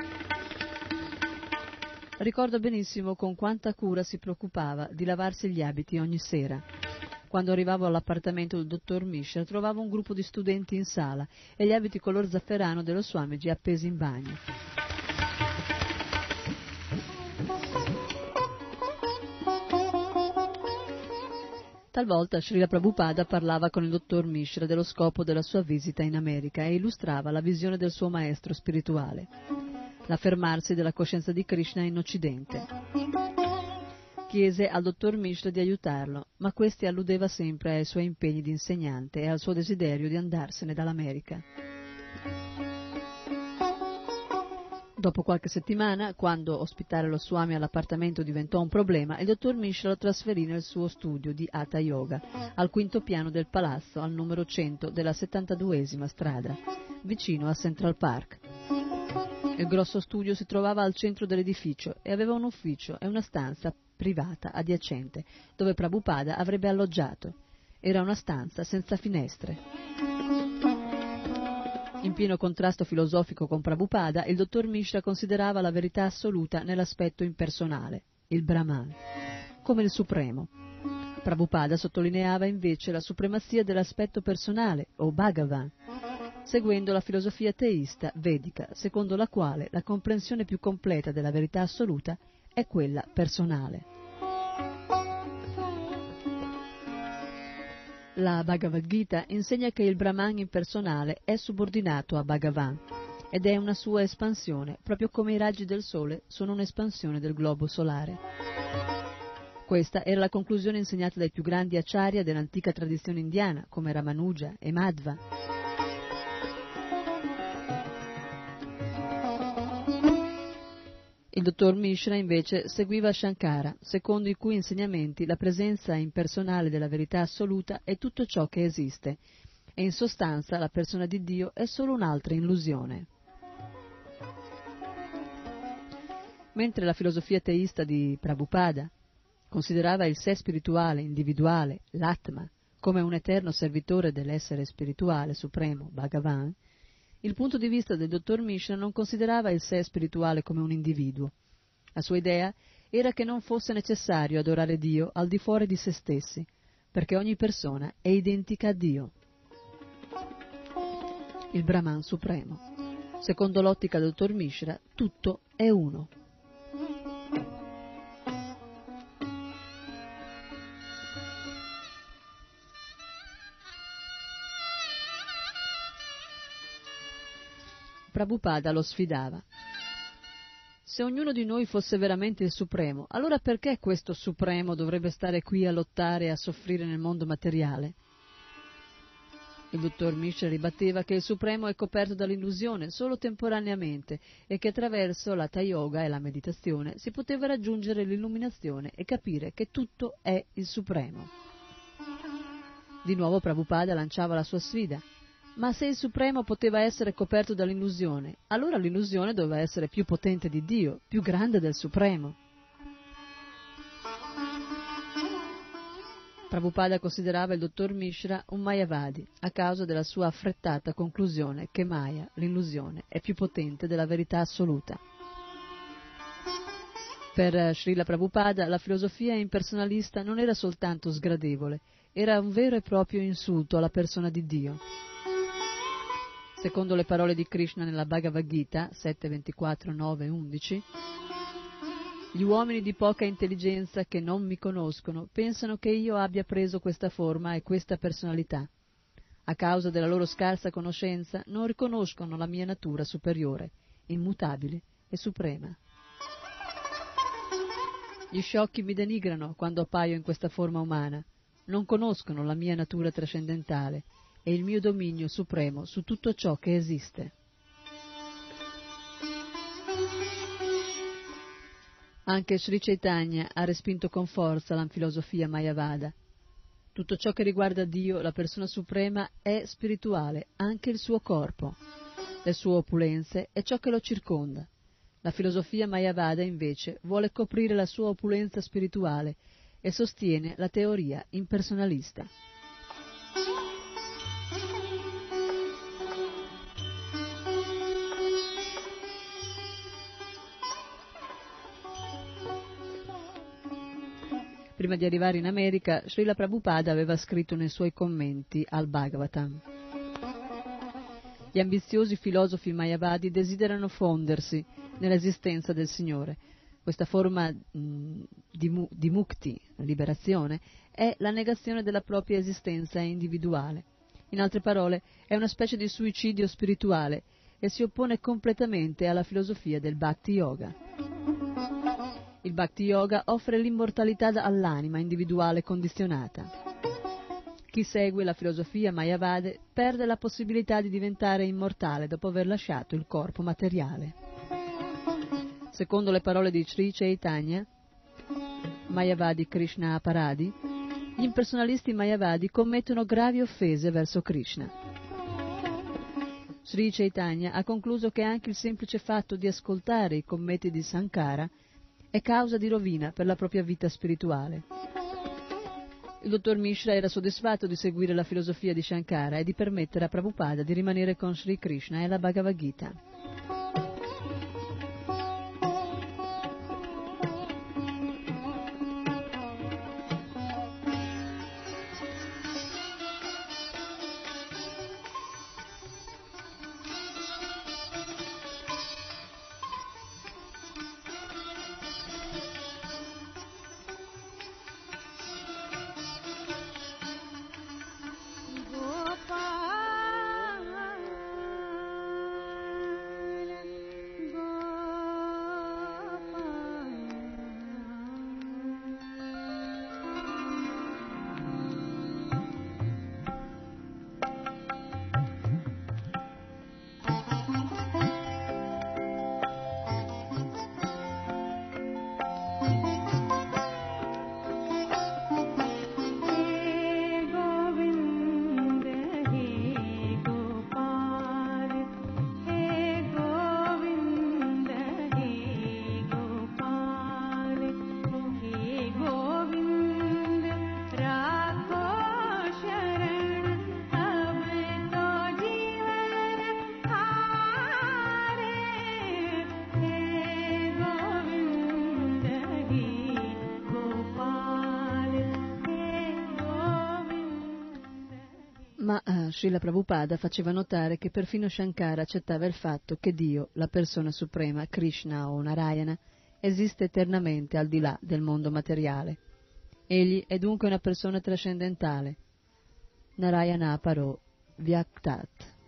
Ricordo benissimo con quanta cura si preoccupava di lavarsi gli abiti ogni sera. Quando arrivavo all'appartamento del dottor Mishra trovavo un gruppo di studenti in sala e gli abiti color zafferano dello Swamiji appesi in bagno. Talvolta Srila Prabhupada parlava con il dottor Mishra dello scopo della sua visita in America e illustrava la visione del suo maestro spirituale, l'affermarsi della coscienza di Krishna in Occidente. Chiese al dottor Mishra di aiutarlo, ma questi alludeva sempre ai suoi impegni di insegnante e al suo desiderio di andarsene dall'America. Dopo qualche settimana, quando ospitare lo Swami all'appartamento diventò un problema, il dottor Mishra lo trasferì nel suo studio di Hatha Yoga, al quinto piano del palazzo, al numero 100 della 72esima strada, vicino a Central Park. Il grosso studio si trovava al centro dell'edificio e aveva un ufficio e una stanza privata adiacente, dove Prabhupada avrebbe alloggiato. Era una stanza senza finestre. In pieno contrasto filosofico con Prabhupada, il dottor Mishra considerava la verità assoluta nell'aspetto impersonale, il Brahman, come il supremo. Prabhupada sottolineava invece la supremazia dell'aspetto personale, o Bhagavan, seguendo la filosofia teista vedica, secondo la quale la comprensione più completa della verità assoluta è quella personale. La Bhagavad Gita insegna che il Brahman impersonale è subordinato a Bhagavan ed è una sua espansione, proprio come i raggi del sole sono un'espansione del globo solare. Questa era la conclusione insegnata dai più grandi acharya dell'antica tradizione indiana, come Ramanuja e Madhva. Il dottor Mishra invece seguiva Shankara, secondo i cui insegnamenti la presenza impersonale della verità assoluta è tutto ciò che esiste, e in sostanza la persona di Dio è solo un'altra illusione. Mentre la filosofia teista di Prabhupada considerava il sé spirituale, individuale, l'Atma, come un eterno servitore dell'essere spirituale supremo, Bhagavan, il punto di vista del dottor Mishra non considerava il sé spirituale come un individuo. La sua idea era che non fosse necessario adorare Dio al di fuori di se stessi, perché ogni persona è identica a Dio. il Brahman supremo. Secondo l'ottica del dottor Mishra, tutto è uno. Prabhupada lo sfidava. Se ognuno di noi fosse veramente il Supremo, allora perché questo Supremo dovrebbe stare qui a lottare e a soffrire nel mondo materiale? Il dottor Mishra ribatteva che il Supremo è coperto dall'illusione solo temporaneamente e che attraverso l'Hatha Yoga e la meditazione si poteva raggiungere l'illuminazione e capire che tutto è il Supremo. Di nuovo Prabhupada lanciava la sua sfida. Ma se il Supremo poteva essere coperto dall'illusione, allora l'illusione doveva essere più potente di Dio, più grande del Supremo. Prabhupada considerava il dottor Mishra un Mayavadi a causa della sua affrettata conclusione che Maya, l'illusione, è più potente della verità assoluta. Per Srila Prabhupada la filosofia impersonalista non era soltanto sgradevole, era un vero e proprio insulto alla persona di Dio. Secondo le parole di Krishna nella Bhagavad Gita 7.24, 9 e 11, gli uomini di poca intelligenza che non mi conoscono pensano che io abbia preso questa forma e questa personalità. A causa della loro scarsa conoscenza non riconoscono la mia natura superiore, immutabile e suprema. Gli sciocchi mi denigrano quando appaio in questa forma umana, non conoscono la mia natura trascendentale e il mio dominio supremo su tutto ciò che esiste. Anche Sri Chaitanya ha respinto con forza la filosofia Mayavada. Tutto ciò che riguarda Dio, la persona suprema, è spirituale, anche il suo corpo, le sue opulenze e ciò che lo circonda. La filosofia Mayavada, invece, vuole coprire la sua opulenza spirituale e sostiene la teoria impersonalista. Prima di arrivare in America, Srila Prabhupada aveva scritto nei suoi commenti al Bhagavatam: gli ambiziosi filosofi Mayavadi desiderano fondersi nell'esistenza del Signore. Questa forma di mukti, liberazione, è la negazione della propria esistenza individuale. In altre parole, è una specie di suicidio spirituale e si oppone completamente alla filosofia del Bhakti Yoga. Il Bhakti Yoga offre l'immortalità all'anima individuale condizionata. Chi segue la filosofia Mayavada perde la possibilità di diventare immortale dopo aver lasciato il corpo materiale. Secondo le parole di Sri Chaitanya, Mayavadi Krishna Aparadi, gli impersonalisti Mayavadi commettono gravi offese verso Krishna. Sri Chaitanya ha concluso che anche il semplice fatto di ascoltare i commenti di Sankara è causa di rovina per la propria vita spirituale. Il dottor Mishra era soddisfatto di seguire la filosofia di Shankara e di permettere a Prabhupada di rimanere con Sri Krishna e la Bhagavad Gita. Ma Srila Prabhupada faceva notare che perfino Shankara accettava il fatto che Dio, la persona suprema, Krishna o Narayana, esiste eternamente al di là del mondo materiale. Egli è dunque una persona trascendentale. Narayana Paro Vyaktat.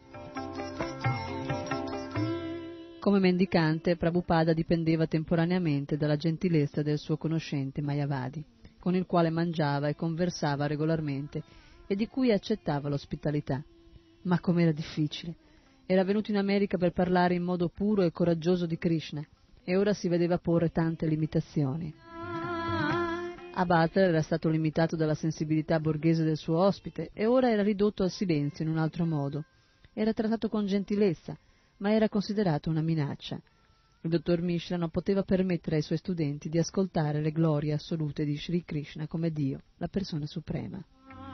Come mendicante, Prabhupada dipendeva temporaneamente dalla gentilezza del suo conoscente Mayavadi, con il quale mangiava e conversava regolarmente e di cui accettava l'ospitalità. Ma com'era difficile! Era venuto in America per parlare in modo puro e coraggioso di Krishna, e ora si vedeva porre tante limitazioni. A Butler era stato limitato dalla sensibilità borghese del suo ospite, e ora era ridotto al silenzio in un altro modo. Era trattato con gentilezza, ma era considerato una minaccia. Il dottor Mishra non poteva permettere ai suoi studenti di ascoltare le glorie assolute di Sri Krishna come Dio, la persona suprema.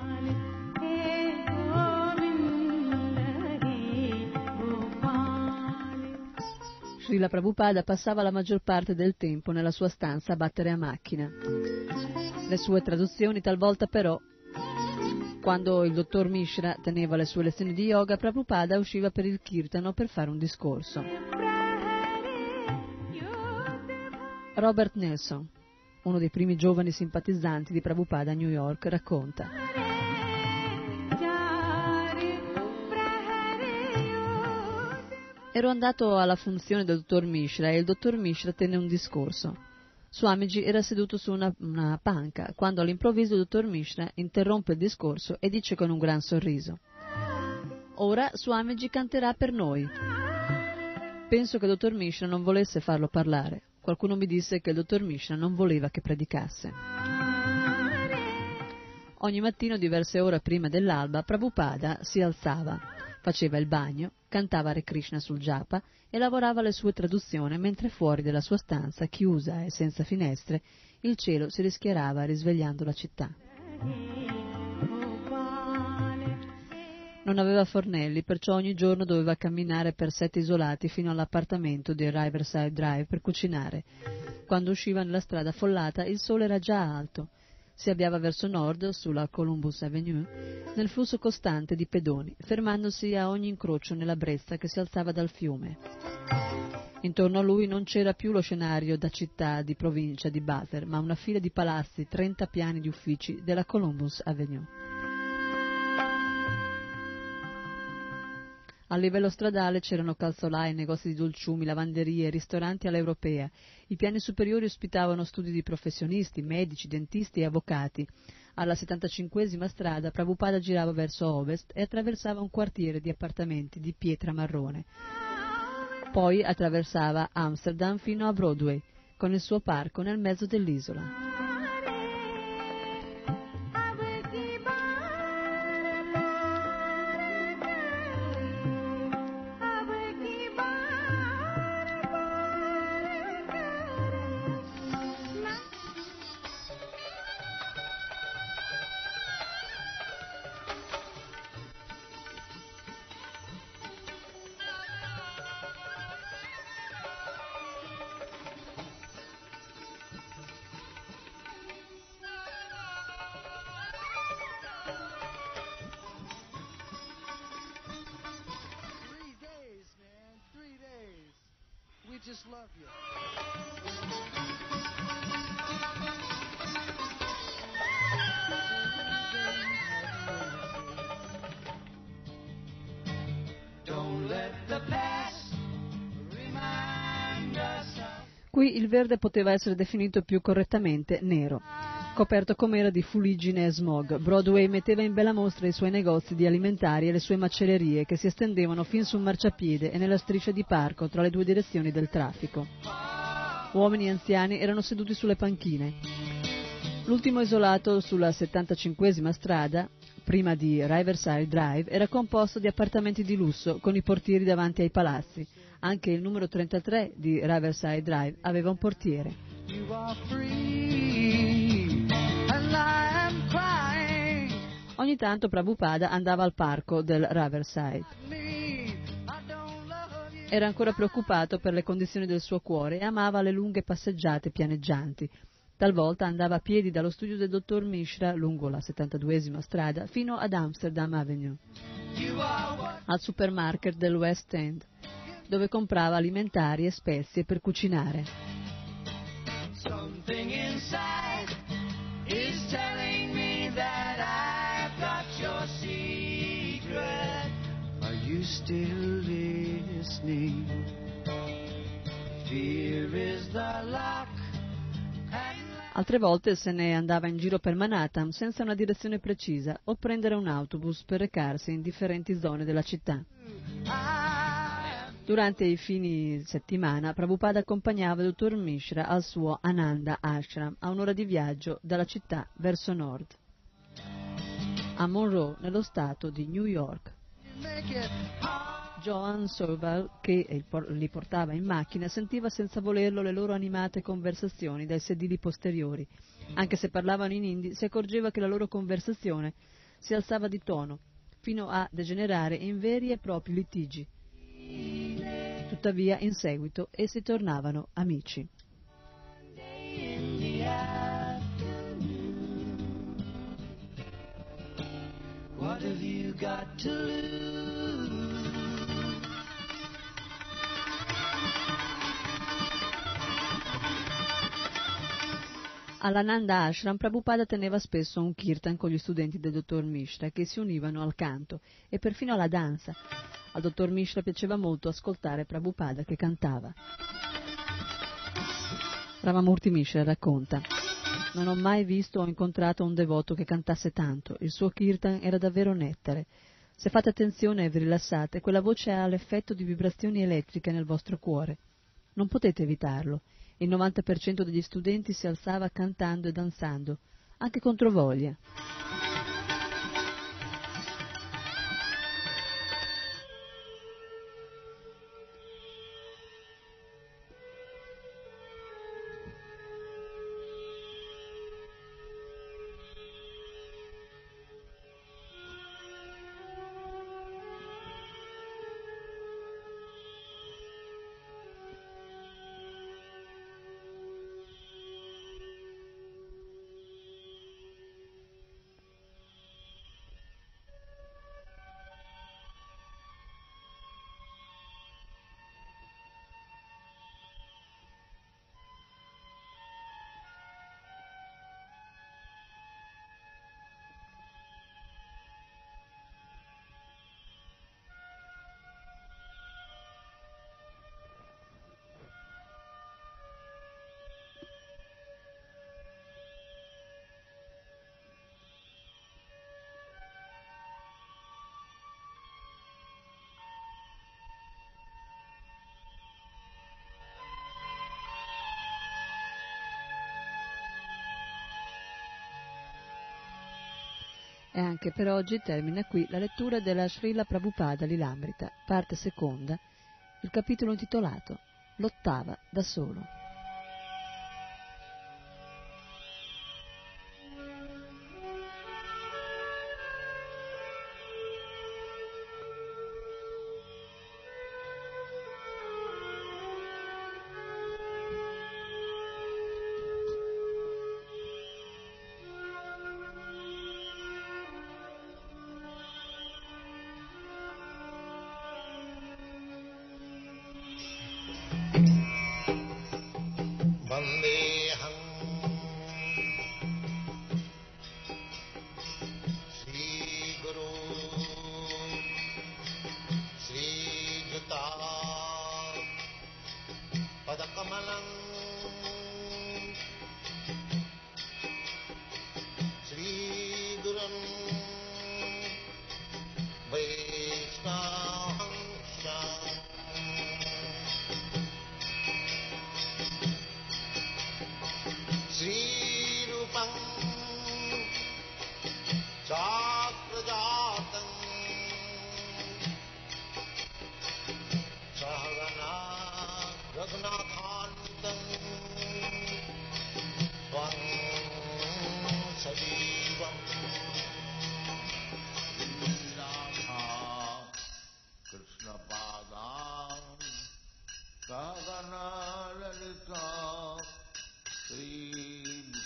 Srila Prabhupada passava la maggior parte del tempo nella sua stanza a battere a macchina. Le sue traduzioni talvolta però, quando il dottor Mishra teneva le sue lezioni di yoga, Prabhupada usciva per il kirtano per fare un discorso. Robert Nelson, uno dei primi giovani simpatizzanti di Prabhupada a New York, racconta: ero andato alla funzione del dottor Mishra e il dottor Mishra tenne un discorso. Swamiji era seduto su una panca, quando all'improvviso il dottor Mishra interrompe il discorso e dice con un gran sorriso: ora Swamiji canterà per noi. Penso che il dottor Mishra non volesse farlo parlare. Qualcuno mi disse che il dottor Mishra non voleva che predicasse. Ogni mattino, diverse ore prima dell'alba, Prabhupada si alzava, faceva il bagno, cantava Hare Krishna sul japa e lavorava alle sue traduzioni, mentre fuori della sua stanza, chiusa e senza finestre, il cielo si rischiarava risvegliando la città. Non aveva fornelli, perciò ogni giorno doveva camminare per 7 isolati fino all'appartamento di Riverside Drive per cucinare. Quando usciva nella strada affollata, il sole era già alto. Si avviava verso nord, sulla Columbus Avenue, nel flusso costante di pedoni, fermandosi a ogni incrocio nella brezza che si alzava dal fiume. Intorno a lui non c'era più lo scenario da città di provincia di Butler, ma una fila di palazzi, 30 piani di uffici della Columbus Avenue. A livello stradale c'erano calzolai, negozi di dolciumi, lavanderie, ristoranti all'europea. I piani superiori ospitavano studi di professionisti, medici, dentisti e avvocati. Alla 75esima strada Prabhupada girava verso ovest e attraversava un quartiere di appartamenti di pietra marrone. Poi attraversava Amsterdam fino a Broadway, con il suo parco nel mezzo dell'isola. Just love you. Don't let the past remind us of... Qui il verde poteva essere definito più correttamente nero. Coperto com'era di fuliggine e smog, Broadway metteva in bella mostra i suoi negozi di alimentari e le sue macellerie che si estendevano fin sul marciapiede e nella striscia di parco tra le due direzioni del traffico. Uomini e anziani erano seduti sulle panchine. L'ultimo isolato sulla 75esima strada, prima di Riverside Drive, era composto di appartamenti di lusso con i portieri davanti ai palazzi. Anche il numero 33 di Riverside Drive aveva un portiere. You are free, and I am crying. Ogni tanto Prabhupada andava al parco del Riverside. Era ancora preoccupato per le condizioni del suo cuore e amava le lunghe passeggiate pianeggianti. Talvolta andava a piedi dallo studio del dottor Mishra lungo la 72esima strada fino ad Amsterdam Avenue, al supermarket del West End, dove comprava alimentari e spezie per cucinare. Something inside is telling me that I've got your secret. Are you still listening? Fear is the lock. Altre volte se ne andava in giro per Manhattan senza una direzione precisa o prendere un autobus per recarsi in differenti zone della città. Durante i fini settimana Prabhupada accompagnava il dottor Mishra al suo Ananda Ashram a un'ora di viaggio dalla città verso nord, a Monroe, nello stato di New York. Joan Soval, che li portava in macchina, sentiva senza volerlo le loro animate conversazioni dai sedili posteriori. Anche se parlavano in hindi, si accorgeva che la loro conversazione si alzava di tono, fino a degenerare in veri e propri litigi. Tuttavia, in seguito, essi tornavano amici. What have you got to lose? All'Ananda Ashram Prabhupada teneva spesso un kirtan con gli studenti del dottor Mishra, che si univano al canto e perfino alla danza. Al dottor Mishra piaceva molto ascoltare Prabhupada che cantava. Ramamurti Mishra racconta: non ho mai visto o incontrato un devoto che cantasse tanto. Il suo kirtan era davvero nettare. Se fate attenzione e vi rilassate, quella voce ha l'effetto di vibrazioni elettriche nel vostro cuore. Non potete evitarlo. Il 90% degli studenti si alzava cantando e danzando, anche contro voglia. E anche per oggi termina qui la lettura della Srila Prabhupada Lilamrita, parte seconda, il capitolo intitolato L'ottava da solo. Sri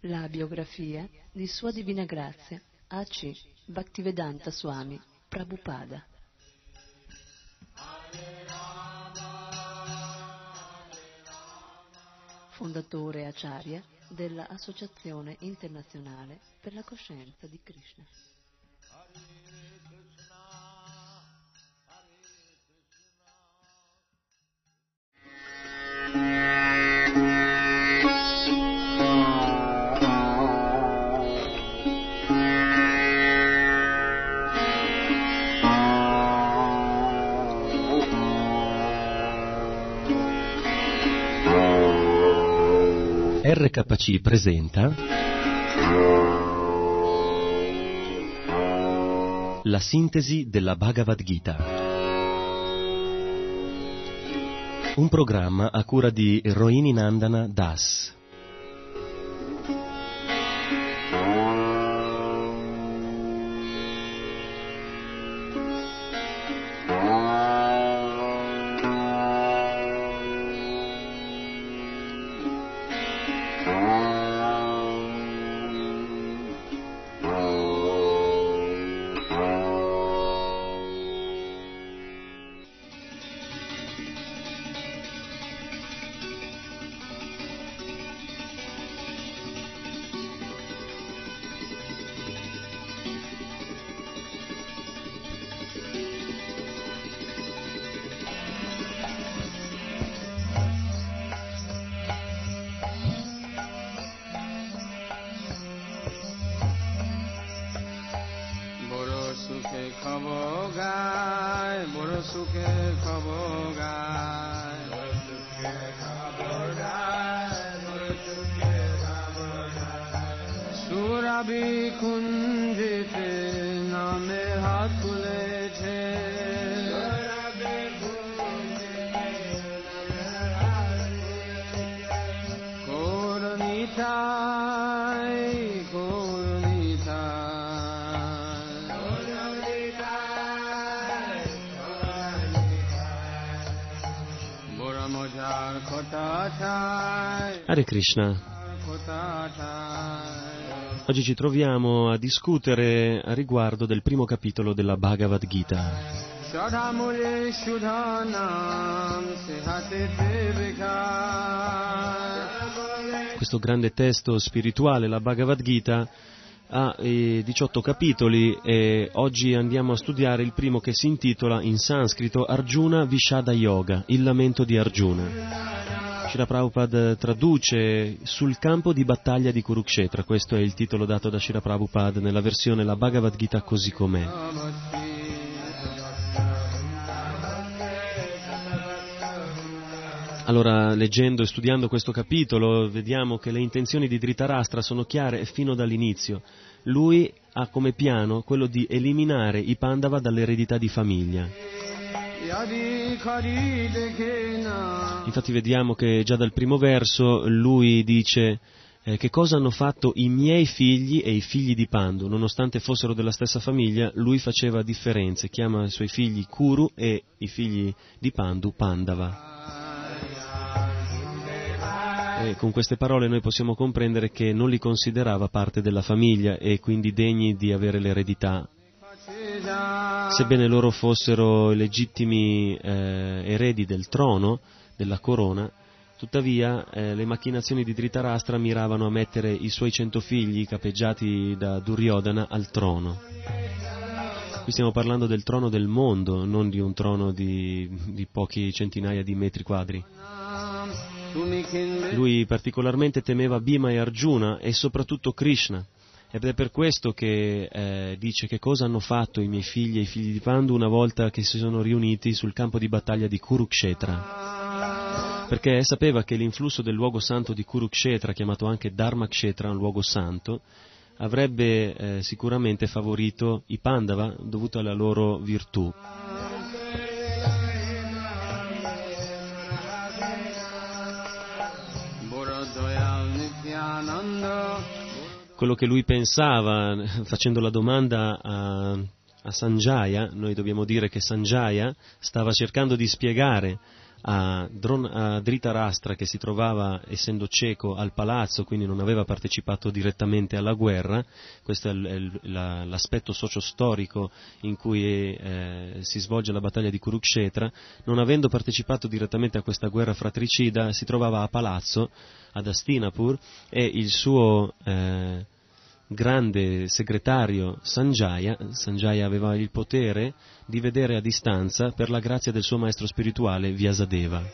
La biografia di Sua Divina Grazia A.C. Bhaktivedanta Swami Prabhupada. Fondatore Acharya della Associazione Internazionale per la Coscienza di Krishna. RKC presenta la sintesi della Bhagavad Gita, un programma a cura di Rohini Nandana Das. Hare Krishna. Oggi ci troviamo a discutere a riguardo del primo capitolo della Bhagavad Gita. Questo grande testo spirituale, la Bhagavad Gita, ha 18 capitoli e oggi andiamo a studiare il primo, che si intitola in sanscrito Arjuna Vishada Yoga, il lamento di Arjuna. Srila Prabhupada traduce sul campo di battaglia di Kurukshetra, questo è il titolo dato da Srila Prabhupada nella versione la Bhagavad Gita così com'è. Allora, leggendo e studiando questo capitolo, vediamo che le intenzioni di Dhritarashtra sono chiare fino dall'inizio. Lui ha come piano quello di eliminare i Pandava dall'eredità di famiglia. Infatti vediamo che già dal primo verso lui dice che cosa hanno fatto i miei figli e i figli di Pandu. Nonostante fossero della stessa famiglia, lui faceva differenze, chiama i suoi figli Kuru e i figli di Pandu Pandava. E con queste parole noi possiamo comprendere che non li considerava parte della famiglia e quindi degni di avere l'eredità. Sebbene loro fossero legittimi eredi del trono, della corona, tuttavia le macchinazioni di Dhritarashtra miravano a mettere i suoi 100 figli capeggiati da Duryodhana al trono. Qui stiamo parlando del trono del mondo, non di un trono di pochi centinaia di metri quadri. Lui particolarmente temeva Bhima e Arjuna e soprattutto Krishna. Ed è per questo che dice che cosa hanno fatto i miei figli e i figli di Pandu una volta che si sono riuniti sul campo di battaglia di Kurukshetra. Perché sapeva che l'influsso del luogo santo di Kurukshetra, chiamato anche Dharmakshetra, un luogo santo, avrebbe sicuramente favorito i Pandava dovuto alla loro virtù. Quello che lui pensava, facendo la domanda a Sanjaya, noi dobbiamo dire che Sanjaya stava cercando di spiegare a Dhritarashtra, che si trovava, essendo cieco, al palazzo, quindi non aveva partecipato direttamente alla guerra. Questo è l'aspetto socio-storico in cui si svolge la battaglia di Kurukshetra. Non avendo partecipato direttamente a questa guerra fratricida, si trovava a palazzo, ad Hastinapur, e il suo grande segretario Sanjaya aveva il potere di vedere a distanza per la grazia del suo maestro spirituale Vyasadeva.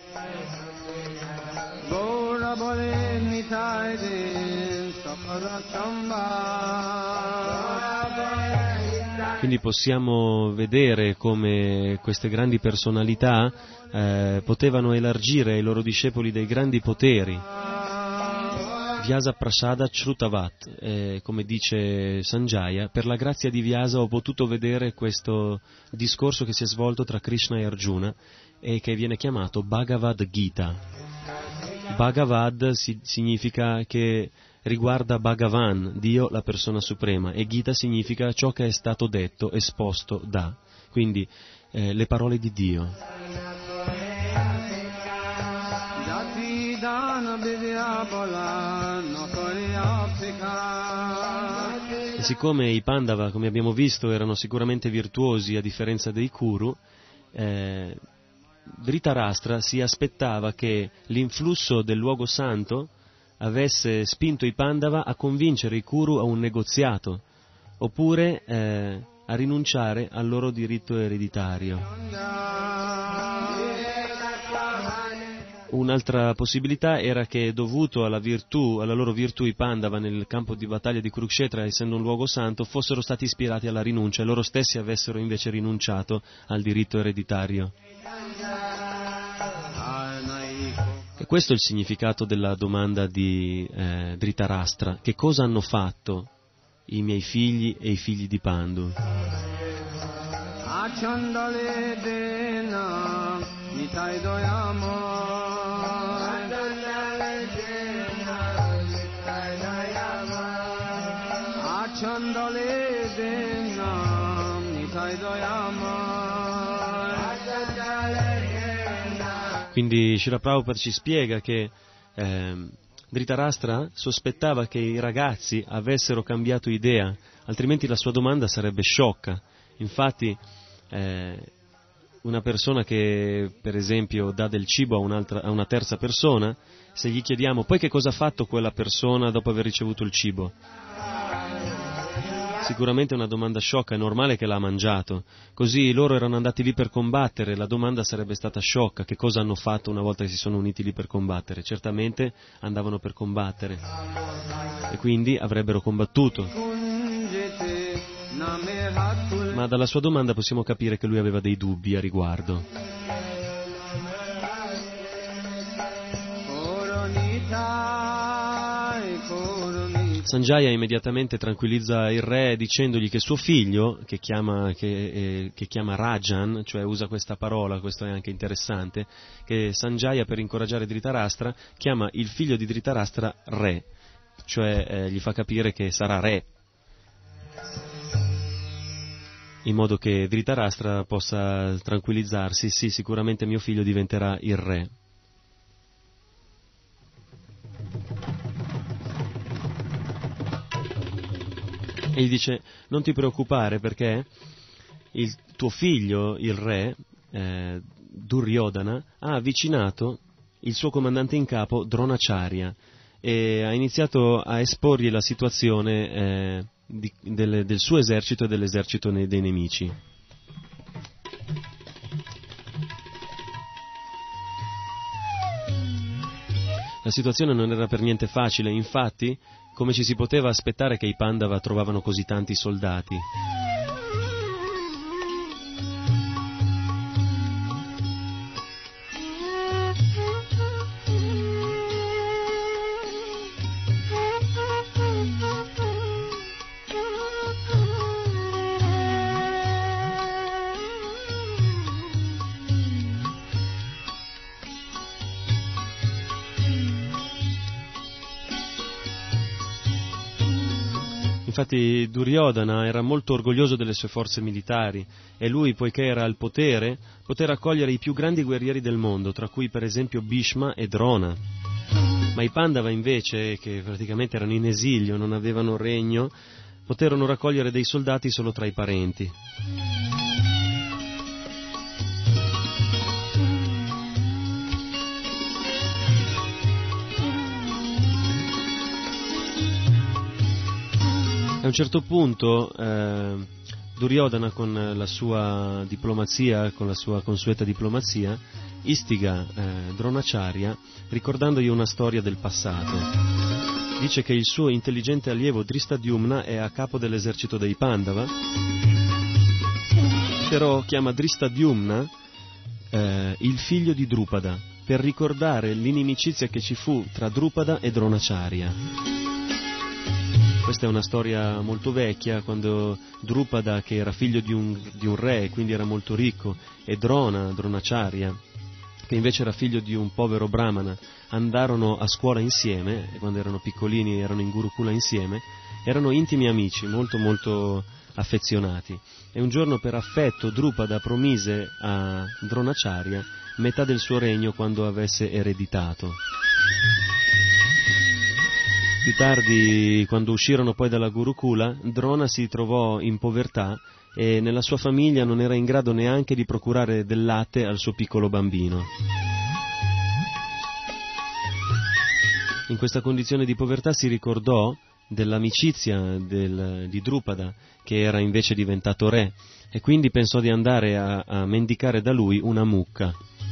Quindi possiamo vedere come queste grandi personalità potevano elargire ai loro discepoli dei grandi poteri. Vyasa Prasada Shrutavat, come dice Sanjaya, per la grazia di Vyasa ho potuto vedere questo discorso che si è svolto tra Krishna e Arjuna e che viene chiamato Bhagavad Gita. Bhagavad significa che riguarda Bhagavan, Dio, la persona suprema, e Gita significa ciò che è stato detto, esposto da, quindi le parole di Dio. E siccome i Pandava, come abbiamo visto, erano sicuramente virtuosi a differenza dei Kuru, Dhritarashtra si aspettava che l'influsso del luogo santo avesse spinto i Pandava a convincere i Kuru a un negoziato, oppure a rinunciare al loro diritto ereditario. Un'altra possibilità era che, dovuto alla loro virtù, i Pandava nel campo di battaglia di Kurukshetra, essendo un luogo santo, fossero stati ispirati alla rinuncia e loro stessi avessero invece rinunciato al diritto ereditario. E questo è il significato della domanda di Dhritarashtra: che cosa hanno fatto i miei figli e i figli di Pandu? Quindi Srila Prabhupada ci spiega che Dhritarashtra sospettava che i ragazzi avessero cambiato idea, altrimenti la sua domanda sarebbe sciocca. Infatti una persona che per esempio dà del cibo a una terza persona, se gli chiediamo poi che cosa ha fatto quella persona dopo aver ricevuto il cibo, sicuramente è una domanda sciocca, è normale che l'ha mangiato. Così loro erano andati lì per combattere, la domanda sarebbe stata sciocca: che cosa hanno fatto una volta che si sono uniti lì per combattere? Certamente andavano per combattere e quindi avrebbero combattuto. Ma dalla sua domanda possiamo capire che lui aveva dei dubbi a riguardo. Sanjaya immediatamente tranquillizza il re dicendogli che suo figlio, che chiama Rajan, cioè usa questa parola, questo è anche interessante, che Sanjaya, per incoraggiare Dhritarashtra, chiama il figlio di Dhritarashtra re, cioè gli fa capire che sarà re, in modo che Dhritarashtra possa tranquillizzarsi: sì, sicuramente mio figlio diventerà il re. E gli dice: non ti preoccupare, perché il tuo figlio, il re, Duryodhana, ha avvicinato il suo comandante in capo, Dronacharya, e ha iniziato a esporgli la situazione del suo esercito e dell'esercito dei nemici. La situazione non era per niente facile, infatti, come ci si poteva aspettare che i Pandava trovavano così tanti soldati? Infatti Duryodhana era molto orgoglioso delle sue forze militari e lui, poiché era al potere, poté raccogliere i più grandi guerrieri del mondo, tra cui per esempio Bhishma e Drona. Ma i Pandava invece, che praticamente erano in esilio, non avevano regno, poterono raccogliere dei soldati solo tra i parenti. A un certo punto Duryodhana, con la sua diplomazia, con la sua consueta diplomazia, istiga Dronacharya ricordandogli una storia del passato. Dice che il suo intelligente allievo Dristadyumna è a capo dell'esercito dei Pandava, però chiama Dristadyumna il figlio di Drupada, per ricordare l'inimicizia che ci fu tra Drupada e Dronacharya. Questa è una storia molto vecchia, quando Drupada, che era figlio di un re e quindi era molto ricco, e Dronacharya, che invece era figlio di un povero brahmana, andarono a scuola insieme, e quando erano piccolini erano in Gurukula insieme, erano intimi amici, molto molto affezionati. E un giorno, per affetto, Drupada promise a Dronacharya metà del suo regno quando avesse ereditato. Più tardi, quando uscirono poi dalla Gurukula, Drona si trovò in povertà e nella sua famiglia non era in grado neanche di procurare del latte al suo piccolo bambino. In questa condizione di povertà si ricordò dell'amicizia di Drupada, che era invece diventato re, e quindi pensò di andare a mendicare da lui una mucca.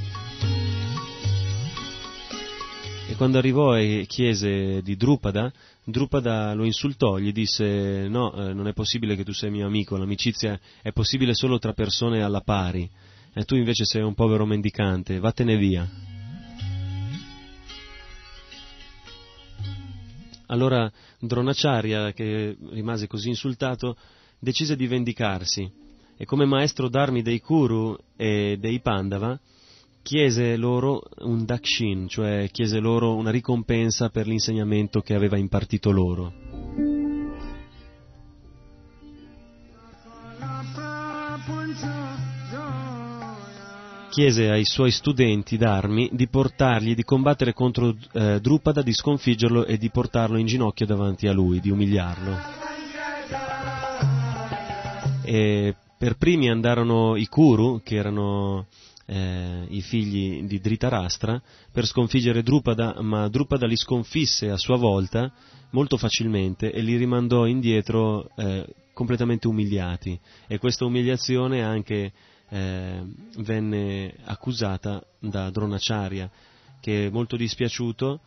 E quando arrivò e chiese di Drupada lo insultò, gli disse: no, non è possibile che tu sei mio amico, l'amicizia è possibile solo tra persone alla pari, e tu invece sei un povero mendicante, vattene via. Allora Dronacharya, che rimase così insultato, decise di vendicarsi, e come maestro d'armi dei Kuru e dei Pandava chiese loro un dakshin, cioè chiese loro una ricompensa per l'insegnamento che aveva impartito loro. Chiese ai suoi studenti d'armi di portargli, di combattere contro Drupada, di sconfiggerlo e di portarlo in ginocchio davanti a lui, di umiliarlo. E per primi andarono i Kuru, che erano i figli di Dhritarashtra, per sconfiggere Drupada, ma Drupada li sconfisse a sua volta molto facilmente e li rimandò indietro completamente umiliati, e questa umiliazione anche venne accusata da Dronacharya, che, molto dispiaciuto,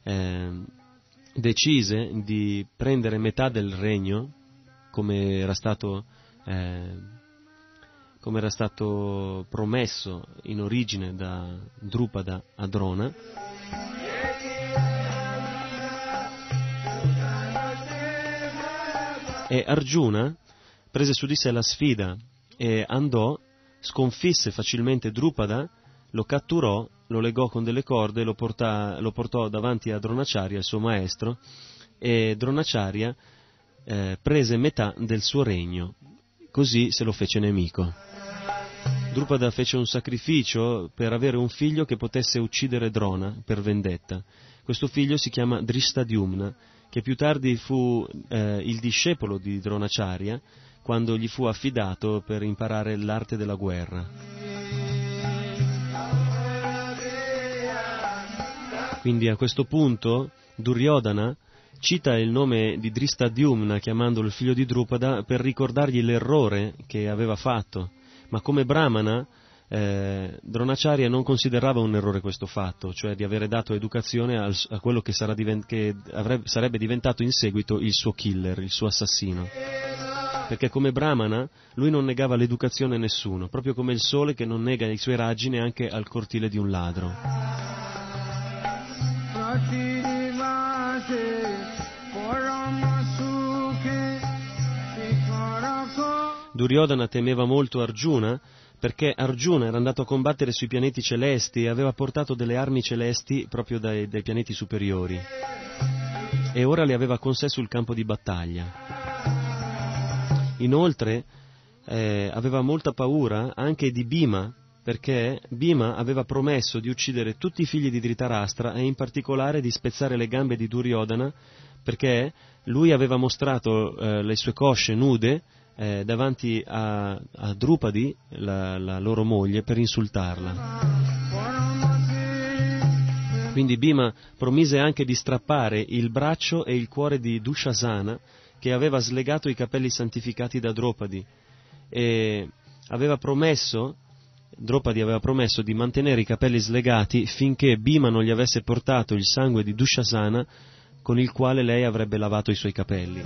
decise di prendere metà del regno, come era stato promesso in origine da Drupada a Drona, e Arjuna prese su di sé la sfida e andò, sconfisse facilmente Drupada, lo catturò, lo legò con delle corde, lo portò davanti a Dronacharya, il suo maestro, e Dronacharya prese metà del suo regno, così se lo fece nemico. Drupada fece un sacrificio per avere un figlio che potesse uccidere Drona per vendetta. Questo figlio si chiama Dristadyumna, che più tardi fu il discepolo di Dronacharya quando gli fu affidato per imparare l'arte della guerra. Quindi a questo punto Duryodhana cita il nome di Dristadyumna chiamandolo il figlio di Drupada per ricordargli l'errore che aveva fatto. Ma come brahmana, Dronacharya non considerava un errore questo fatto, cioè di avere dato educazione a quello che sarebbe diventato in seguito il suo killer, il suo assassino. Perché come brahmana lui non negava l'educazione a nessuno, proprio come il sole che non nega i suoi raggi neanche al cortile di un ladro. Duryodhana temeva molto Arjuna, perché Arjuna era andato a combattere sui pianeti celesti e aveva portato delle armi celesti proprio dai pianeti superiori, e ora le aveva con sé sul campo di battaglia. Inoltre aveva molta paura anche di Bhima, perché Bhima aveva promesso di uccidere tutti i figli di Dhritarashtra e in particolare di spezzare le gambe di Duryodhana, perché lui aveva mostrato le sue cosce nude davanti a Drupadi, la loro moglie, per insultarla. Quindi Bhima promise anche di strappare il braccio e il cuore di Dushasana, che aveva slegato i capelli santificati da Draupadi, e Draupadi aveva promesso di mantenere i capelli slegati finché Bhima non gli avesse portato il sangue di Dushasana, con il quale lei avrebbe lavato i suoi capelli.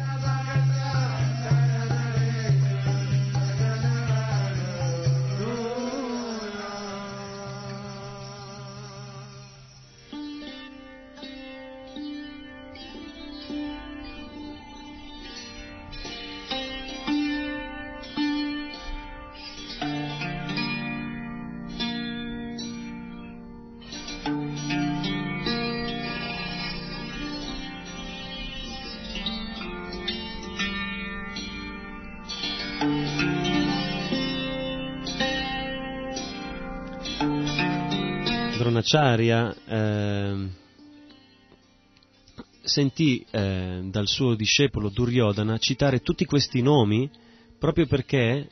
Dronacharya sentì dal suo discepolo Duryodhana citare tutti questi nomi proprio perché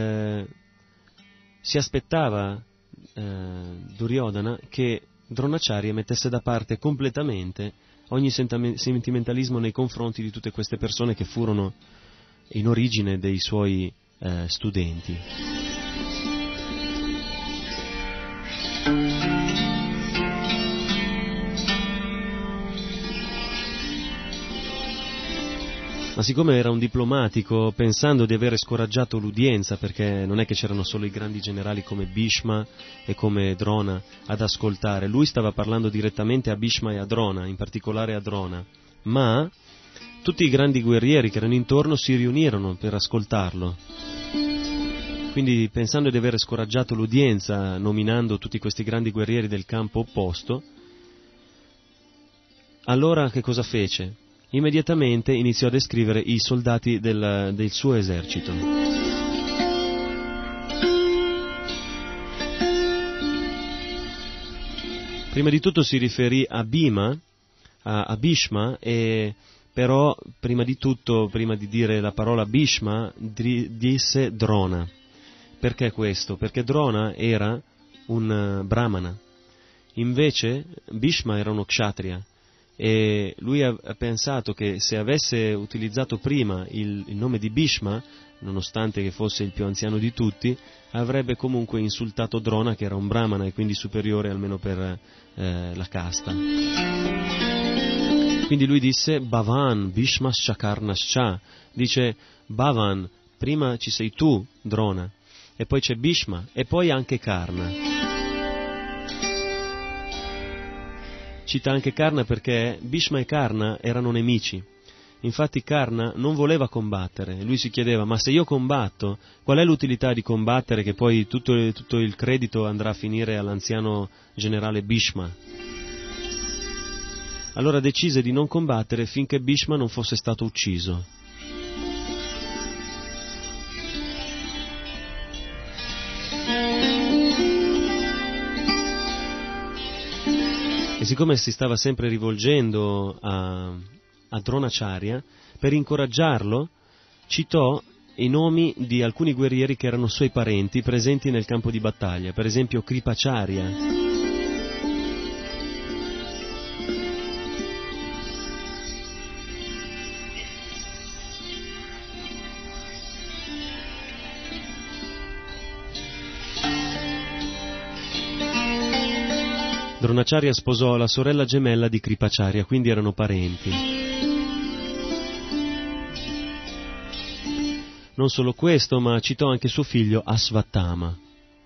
si aspettava Duryodhana che Dronacharya mettesse da parte completamente ogni sentimentalismo nei confronti di tutte queste persone che furono in origine dei suoi studenti. Ma siccome era un diplomatico, pensando di avere scoraggiato l'udienza, perché non è che c'erano solo i grandi generali come Bhishma e come Drona ad ascoltare, lui stava parlando direttamente a Bhishma e a Drona, in particolare a Drona, ma tutti i grandi guerrieri che erano intorno si riunirono per ascoltarlo. Quindi, pensando di avere scoraggiato l'udienza, nominando tutti questi grandi guerrieri del campo opposto, allora che cosa fece? Immediatamente iniziò a descrivere i soldati del suo esercito. Prima di tutto si riferì a Bhima, a Bhishma, e però prima di tutto, prima di dire la parola Bhishma, disse Drona. Perché questo? Perché Drona era un brahmana, invece Bhishma era uno kshatriya. E lui ha pensato che se avesse utilizzato prima il nome di Bhishma, nonostante che fosse il più anziano di tutti, avrebbe comunque insultato Drona, che era un brahmana e quindi superiore almeno per la casta. Quindi lui disse Bhavan Bhishmascha Karnascha, dice Bhavan, prima ci sei tu, Drona, e poi c'è Bhishma e poi anche Karna. Cita anche Karna perché Bhishma e Karna erano nemici. Infatti Karna non voleva combattere. Lui si chiedeva, ma se io combatto, qual è l'utilità di combattere, che poi tutto il credito andrà a finire all'anziano generale Bhishma? Allora decise di non combattere finché Bhishma non fosse stato ucciso. E siccome si stava sempre rivolgendo a Dronacharya, per incoraggiarlo citò i nomi di alcuni guerrieri che erano suoi parenti presenti nel campo di battaglia, per esempio Kripacharya. Dronacharya sposò la sorella gemella di Kripacharya, quindi erano parenti. Non solo questo, ma citò anche suo figlio Asvattama.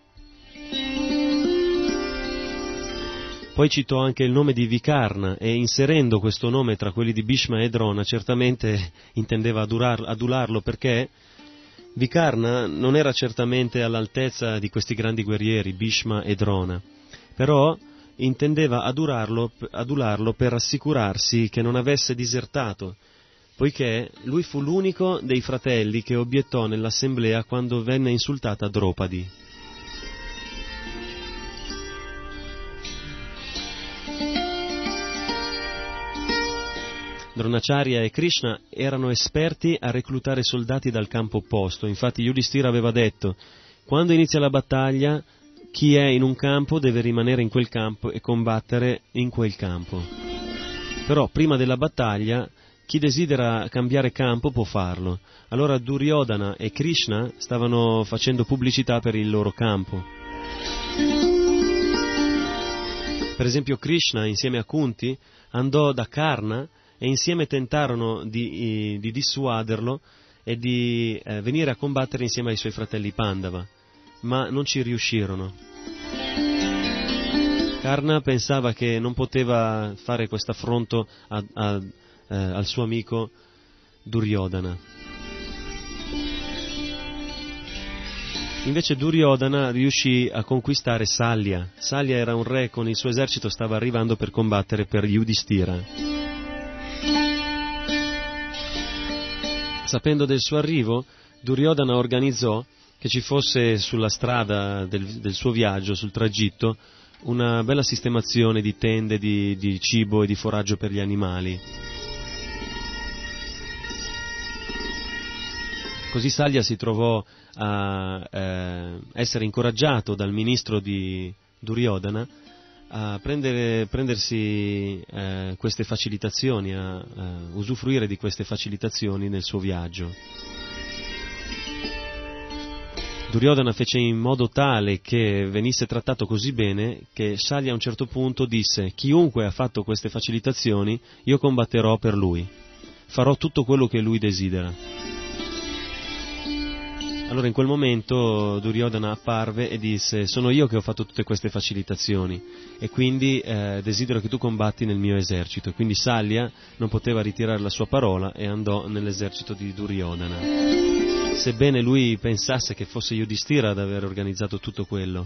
Poi citò anche il nome di Vikarna e, inserendo questo nome tra quelli di Bhishma e Drona, certamente intendeva adularlo, perché Vikarna non era certamente all'altezza di questi grandi guerrieri, Bhishma e Drona, però intendeva adularlo per assicurarsi che non avesse disertato, poiché lui fu l'unico dei fratelli che obiettò nell'assemblea quando venne insultata Draupadi. Dronacharya e Krishna erano esperti a reclutare soldati dal campo opposto. Infatti Yudhishthira aveva detto: quando inizia la battaglia, chi è in un campo deve rimanere in quel campo e combattere in quel campo. Però prima della battaglia chi desidera cambiare campo può farlo. Allora Duryodhana e Krishna stavano facendo pubblicità per il loro campo. Per esempio Krishna insieme a Kunti andò da Karna e insieme tentarono di dissuaderlo e di venire a combattere insieme ai suoi fratelli Pandava, ma non ci riuscirono. Karna pensava che non poteva fare questo affronto al suo amico Duryodhana. Invece Duryodhana riuscì a conquistare Salya. Salya era un re, con il suo esercito stava arrivando per combattere per Yudhishthira. Sapendo del suo arrivo, Duryodhana organizzò che ci fosse sulla strada del suo viaggio, sul tragitto, una bella sistemazione di tende, di cibo e di foraggio per gli animali. Così Salya si trovò a essere incoraggiato dal ministro di Duryodhana a prendersi queste facilitazioni, a usufruire di queste facilitazioni nel suo viaggio. Duryodhana fece in modo tale che venisse trattato così bene che Salya a un certo punto disse: chiunque ha fatto queste facilitazioni io combatterò per lui, farò tutto quello che lui desidera. Allora in quel momento Duryodhana apparve e disse: sono io che ho fatto tutte queste facilitazioni e quindi desidero che tu combatti nel mio esercito. E quindi Salya non poteva ritirare la sua parola e andò nell'esercito di Duryodhana, sebbene lui pensasse che fosse Yudhishthira ad aver organizzato tutto quello.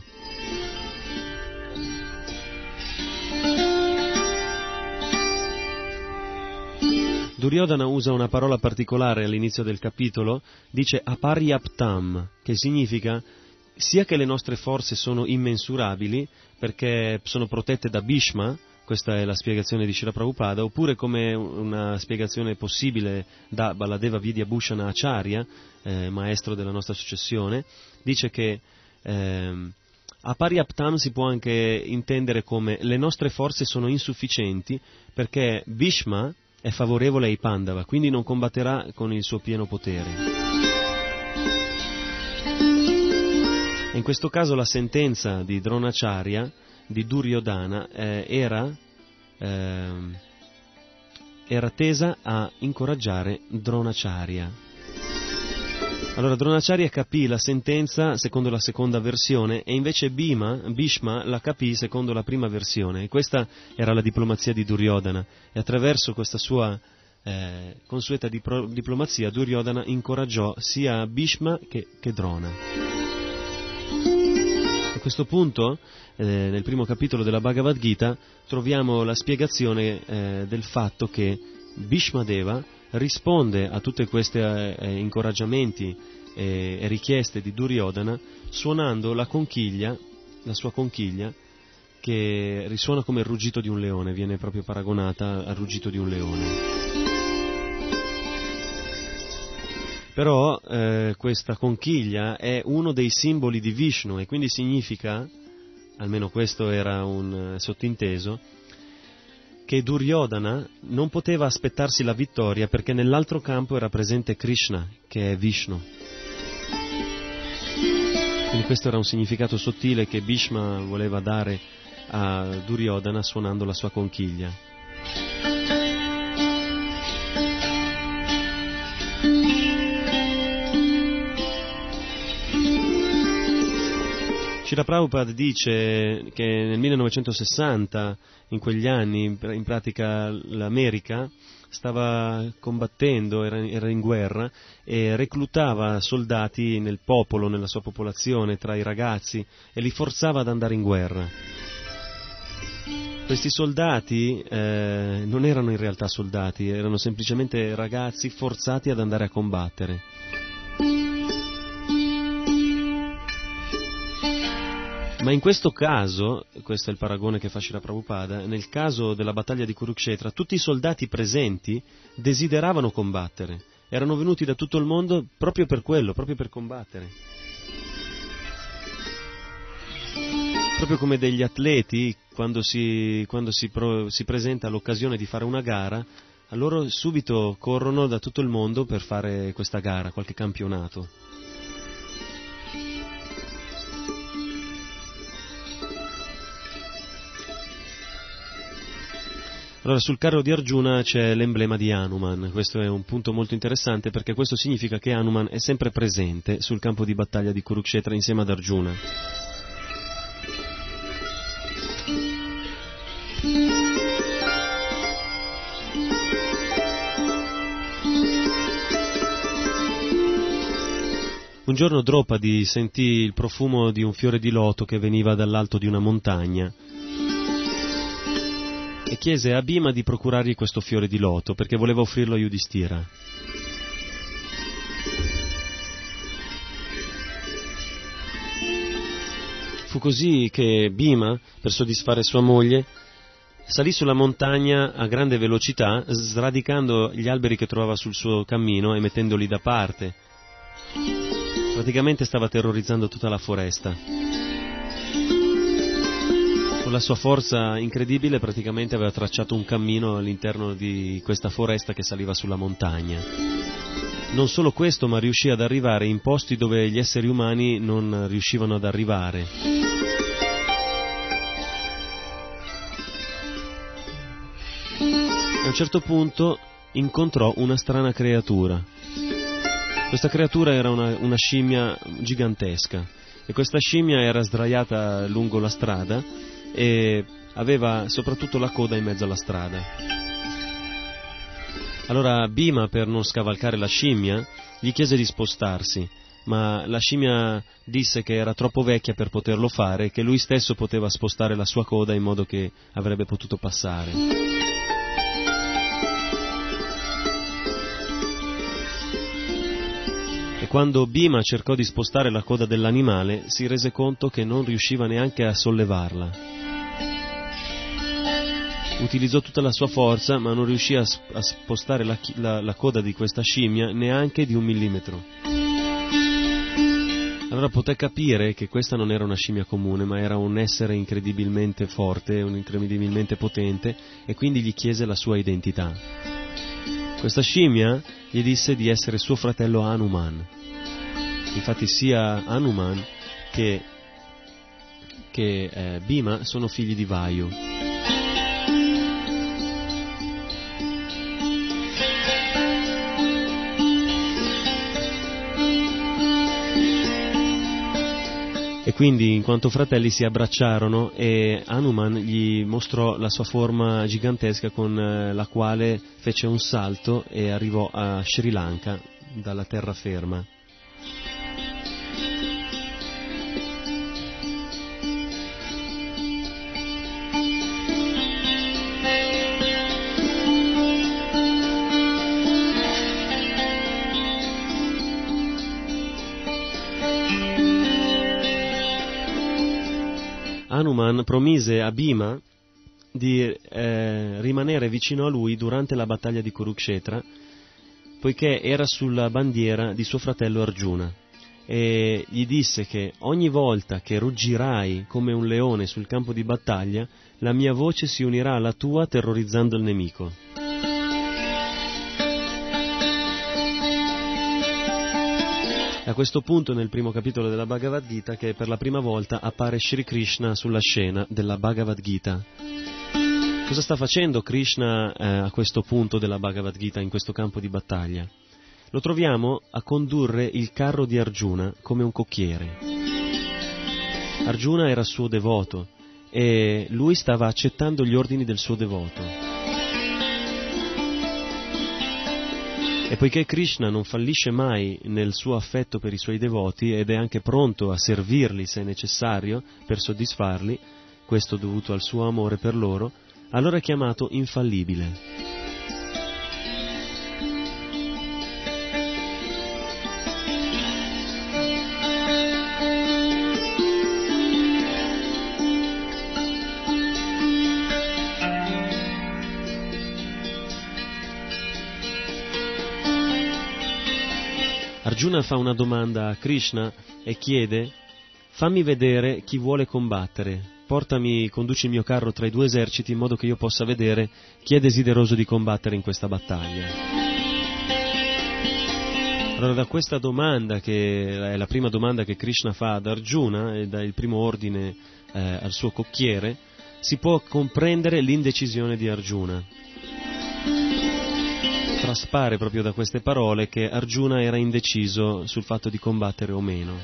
Duryodhana usa una parola particolare all'inizio del capitolo, dice aparyaptam, che significa sia che le nostre forze sono immensurabili perché sono protette da Bhishma, questa è la spiegazione di Srila Prabhupada, oppure come una spiegazione possibile da Baladeva Vidyabhushana Acharya, maestro della nostra successione, dice che aparyaptam si può anche intendere come le nostre forze sono insufficienti perché Bhishma è favorevole ai Pandava, quindi non combatterà con il suo pieno potere. In questo caso la sentenza di Dronacharya, di Duryodhana, era tesa a incoraggiare Dronacharya. Allora Dronacharya capì la sentenza secondo la seconda versione e invece Bhishma la capì secondo la prima versione, e questa era la diplomazia di Duryodhana, e attraverso questa sua consueta diplomazia Duryodhana incoraggiò sia Bhishma che Drona. A questo punto, nel primo capitolo della Bhagavad Gita, troviamo la spiegazione del fatto che Bhishma Deva risponde a tutte queste incoraggiamenti e richieste di Duryodhana suonando la sua conchiglia, che risuona come il ruggito di un leone, viene proprio paragonata al ruggito di un leone. Però questa conchiglia è uno dei simboli di Vishnu e quindi significa, almeno questo era un sottinteso, che Duryodhana non poteva aspettarsi la vittoria perché nell'altro campo era presente Krishna, che è Vishnu. Quindi questo era un significato sottile che Bhishma voleva dare a Duryodhana suonando la sua conchiglia. Srila Prabhupada dice che nel 1960, in quegli anni, in pratica l'America stava combattendo, era in guerra e reclutava soldati nel popolo, nella sua popolazione, tra i ragazzi, e li forzava ad andare in guerra. Questi soldati non erano in realtà soldati, erano semplicemente ragazzi forzati ad andare a combattere. Ma in questo caso, questo è il paragone che fa Srila Prabhupada, nel caso della battaglia di Kurukshetra, tutti i soldati presenti desideravano combattere, erano venuti da tutto il mondo proprio per quello, proprio per combattere. Proprio come degli atleti, quando si presenta l'occasione di fare una gara, loro subito corrono da tutto il mondo per fare questa gara, qualche campionato. Allora, sul carro di Arjuna c'è l'emblema di Hanuman. Questo è un punto molto interessante perché questo significa che Hanuman è sempre presente sul campo di battaglia di Kurukshetra insieme ad Arjuna. Un giorno Draupadi sentì il profumo di un fiore di loto che veniva dall'alto di una montagna e chiese a Bhima di procurargli questo fiore di loto perché voleva offrirlo a Yudhishthira. Fu così che Bhima, per soddisfare sua moglie, salì sulla montagna a grande velocità, sradicando gli alberi che trovava sul suo cammino e mettendoli da parte. Praticamente stava terrorizzando tutta la foresta. Con la sua forza incredibile praticamente aveva tracciato un cammino all'interno di questa foresta che saliva sulla montagna. Non solo questo, ma riuscì ad arrivare in posti dove gli esseri umani non riuscivano ad arrivare. A un certo punto incontrò una strana creatura. Questa creatura era una scimmia gigantesca e questa scimmia era sdraiata lungo la strada e aveva soprattutto la coda in mezzo alla strada. Allora Bhima, per non scavalcare la scimmia, gli chiese di spostarsi, ma la scimmia disse che era troppo vecchia per poterlo fare e che lui stesso poteva spostare la sua coda in modo che avrebbe potuto passare. E quando Bhima cercò di spostare la coda dell'animale, si rese conto che non riusciva neanche a sollevarla. Utilizzò tutta la sua forza, ma non riuscì a spostare la coda di questa scimmia neanche di 1 millimetro. Allora poté capire che questa non era una scimmia comune, ma era un essere incredibilmente forte, incredibilmente potente, e quindi gli chiese la sua identità. Questa scimmia gli disse di essere suo fratello Hanuman. Infatti sia Hanuman che Bhima sono figli di Vayu. E quindi in quanto fratelli si abbracciarono e Hanuman gli mostrò la sua forma gigantesca con la quale fece un salto e arrivò a Sri Lanka dalla terraferma. Hanuman promise a Bhima di rimanere vicino a lui durante la battaglia di Kurukshetra, poiché era sulla bandiera di suo fratello Arjuna, e gli disse che ogni volta che ruggirai come un leone sul campo di battaglia, la mia voce si unirà alla tua terrorizzando il nemico. A questo punto nel primo capitolo della Bhagavad Gita che per la prima volta appare Shri Krishna sulla scena della Bhagavad Gita. Cosa sta facendo Krishna a questo punto della Bhagavad Gita, in questo campo di battaglia? Lo troviamo a condurre il carro di Arjuna come un cocchiere. Arjuna era suo devoto e lui stava accettando gli ordini del suo devoto. E poiché Krishna non fallisce mai nel suo affetto per i suoi devoti ed è anche pronto a servirli se necessario per soddisfarli, questo dovuto al suo amore per loro, allora è chiamato infallibile. Arjuna fa una domanda a Krishna e chiede: fammi vedere chi vuole combattere, conduci il mio carro tra i due eserciti in modo che io possa vedere chi è desideroso di combattere in questa battaglia. Allora, da questa domanda, che è la prima domanda che Krishna fa ad Arjuna e dà il primo ordine al suo cocchiere, si può comprendere l'indecisione di Arjuna. Traspare proprio da queste parole che Arjuna era indeciso sul fatto di combattere o meno.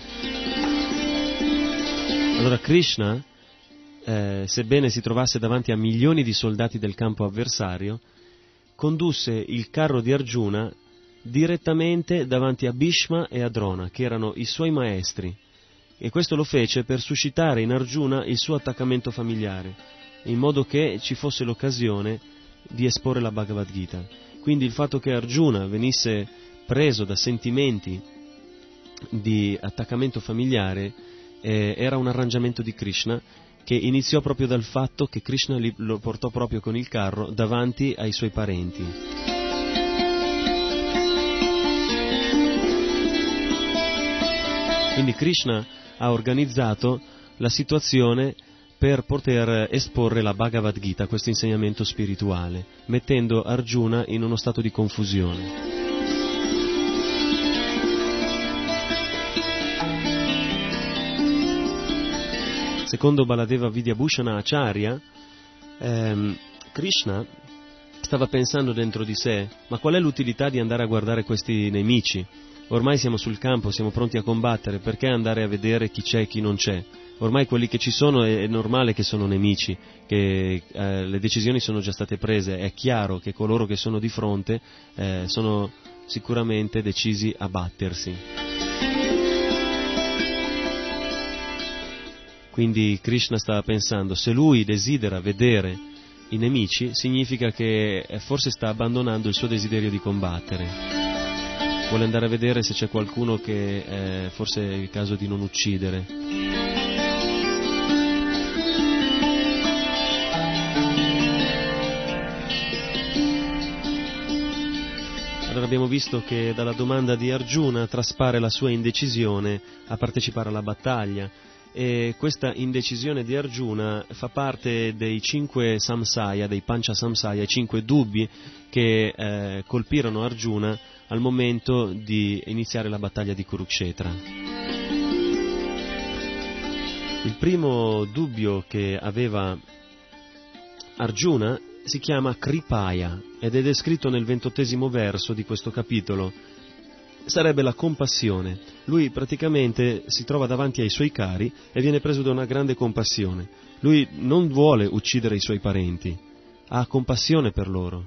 Allora Krishna, sebbene si trovasse davanti a milioni di soldati del campo avversario, condusse il carro di Arjuna direttamente davanti a Bhishma e a Drona, che erano i suoi maestri, e questo lo fece per suscitare in Arjuna il suo attaccamento familiare, in modo che ci fosse l'occasione di esporre la Bhagavad Gita. Quindi il fatto che Arjuna venisse preso da sentimenti di attaccamento familiare era un arrangiamento di Krishna, che iniziò proprio dal fatto che Krishna lo portò proprio con il carro davanti ai suoi parenti. Quindi Krishna ha organizzato la situazione per poter esporre la Bhagavad Gita, questo insegnamento spirituale, mettendo Arjuna in uno stato di confusione. Secondo Baladeva Vidyabhushana Acharya, Krishna stava pensando dentro di sé: ma qual è l'utilità di andare a guardare questi nemici? Ormai siamo sul campo, siamo pronti a combattere, perché andare a vedere chi c'è e chi non c'è? Ormai quelli che ci sono è normale che sono nemici, che le decisioni sono già state prese, è chiaro che coloro che sono di fronte sono sicuramente decisi a battersi. Quindi Krishna stava pensando: se lui desidera vedere i nemici, significa che forse sta abbandonando il suo desiderio di combattere. Vuole andare a vedere se c'è qualcuno che forse è il caso di non uccidere. Allora abbiamo visto che dalla domanda di Arjuna traspare la sua indecisione a partecipare alla battaglia, e questa indecisione di Arjuna fa parte dei 5 samsaya, dei pancha samsaya, i 5 dubbi che colpirono Arjuna al momento di iniziare la battaglia di Kurukshetra. Il primo dubbio che aveva Arjuna si chiama Kripaya ed è descritto nel 28° verso di questo capitolo. Sarebbe la compassione. Lui praticamente si trova davanti ai suoi cari e viene preso da una grande compassione. Lui non vuole uccidere i suoi parenti, ha compassione per loro.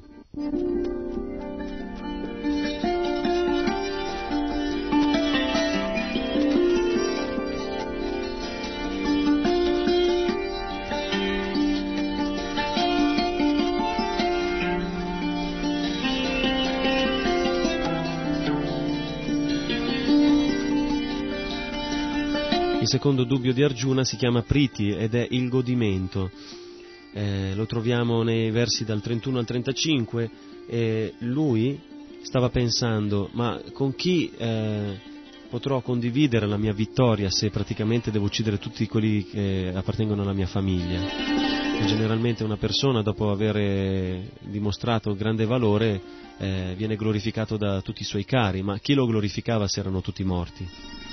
Il secondo dubbio di Arjuna si chiama Priti ed è il godimento. Lo troviamo nei versi dal 31 al 35 e lui stava pensando: ma con chi potrò condividere la mia vittoria se praticamente devo uccidere tutti quelli che appartengono alla mia famiglia? E generalmente una persona, dopo aver dimostrato grande valore, viene glorificato da tutti i suoi cari, ma chi lo glorificava se erano tutti morti?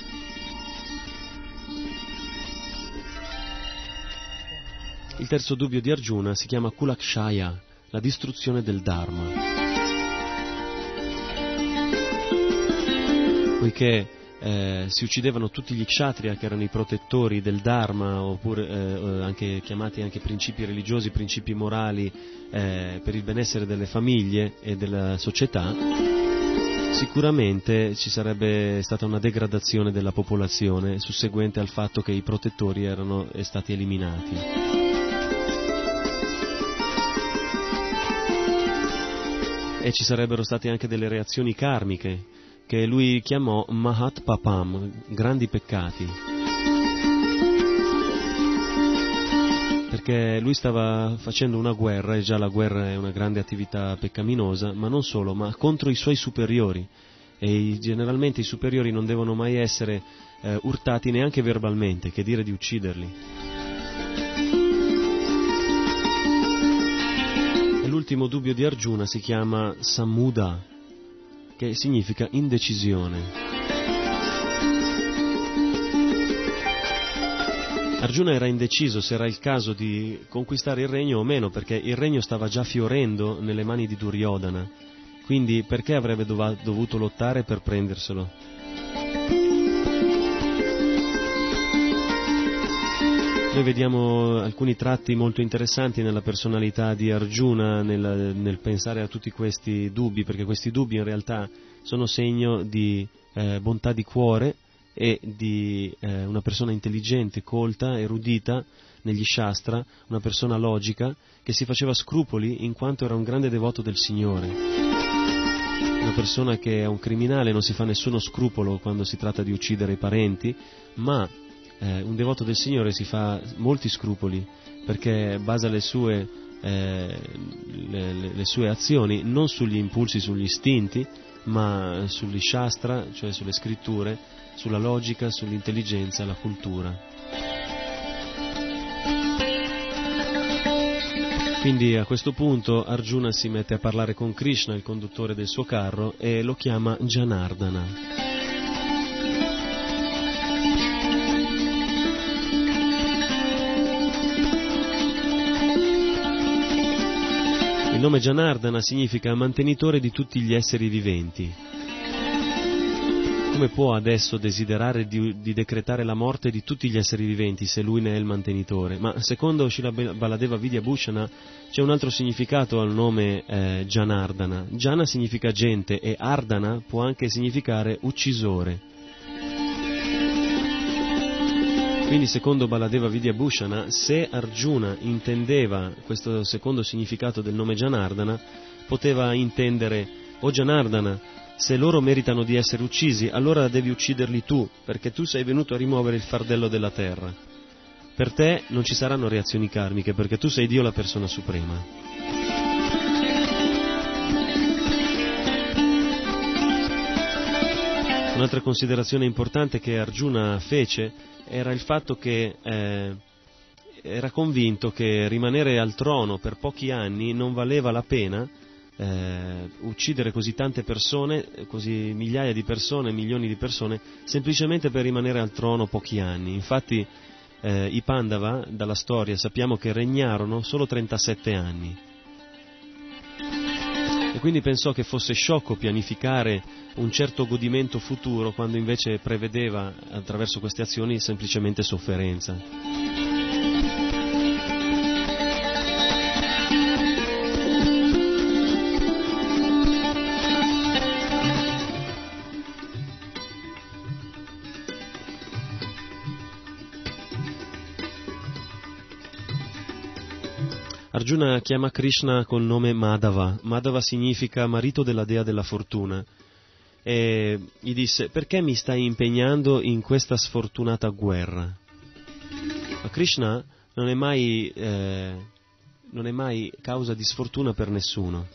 Il terzo dubbio di Arjuna si chiama Kulakshaya, la distruzione del Dharma. Poiché si uccidevano tutti gli kshatriya, che erano i protettori del Dharma, oppure anche chiamati anche principi religiosi, principi morali per il benessere delle famiglie e della società, sicuramente ci sarebbe stata una degradazione della popolazione susseguente al fatto che i protettori erano stati eliminati. e ci sarebbero state anche delle reazioni karmiche che lui chiamò Mahat Papam, grandi peccati, perché lui stava facendo una guerra, e già la guerra è una grande attività peccaminosa, ma non solo, ma contro i suoi superiori, e generalmente i superiori non devono mai essere urtati neanche verbalmente, che dire di ucciderli. E l'ultimo dubbio di Arjuna si chiama Samudha, che significa indecisione. Arjuna era indeciso se era il caso di conquistare il regno o meno, perché il regno stava già fiorendo nelle mani di Duryodhana, quindi perché avrebbe dovuto lottare per prenderselo? Noi vediamo alcuni tratti molto interessanti nella personalità di Arjuna, nel pensare a tutti questi dubbi, perché questi dubbi in realtà sono segno di bontà di cuore e di una persona intelligente, colta, erudita negli Shastra, una persona logica che si faceva scrupoli in quanto era un grande devoto del Signore. Una persona che è un criminale non si fa nessuno scrupolo quando si tratta di uccidere i parenti, ma un devoto del Signore si fa molti scrupoli, perché basa le sue azioni non sugli impulsi, sugli istinti, ma sugli Shastra, cioè sulle scritture, sulla logica, sull'intelligenza, la cultura. Quindi a questo punto Arjuna si mette a parlare con Krishna, il conduttore del suo carro, e lo chiama Janardana. Il nome Janardana significa mantenitore di tutti gli esseri viventi. Come può adesso desiderare di decretare la morte di tutti gli esseri viventi se lui ne è il mantenitore? Ma secondo Srila Baladeva Vidyabhushana c'è un altro significato al nome Janardana. Jana significa gente e Ardana può anche significare uccisore. Quindi secondo Baladeva Vidyabhushana, se Arjuna intendeva questo secondo significato del nome Janardana, poteva intendere: o Janardana, se loro meritano di essere uccisi, allora devi ucciderli tu, perché tu sei venuto a rimuovere il fardello della terra. Per te non ci saranno reazioni karmiche, perché tu sei Dio, la persona suprema. Un'altra considerazione importante che Arjuna fece era il fatto che era convinto che rimanere al trono per pochi anni non valeva la pena uccidere così tante persone, così migliaia di persone, milioni di persone, semplicemente per rimanere al trono pochi anni. Infatti i Pandava, dalla storia, sappiamo che regnarono solo 37 anni. E quindi pensò che fosse sciocco pianificare un certo godimento futuro quando invece prevedeva attraverso queste azioni semplicemente sofferenza. Arjuna chiama Krishna col nome Madhava. Madhava significa marito della dea della fortuna. E gli disse: perché mi stai impegnando in questa sfortunata guerra? Ma Krishna non è mai causa di sfortuna per nessuno.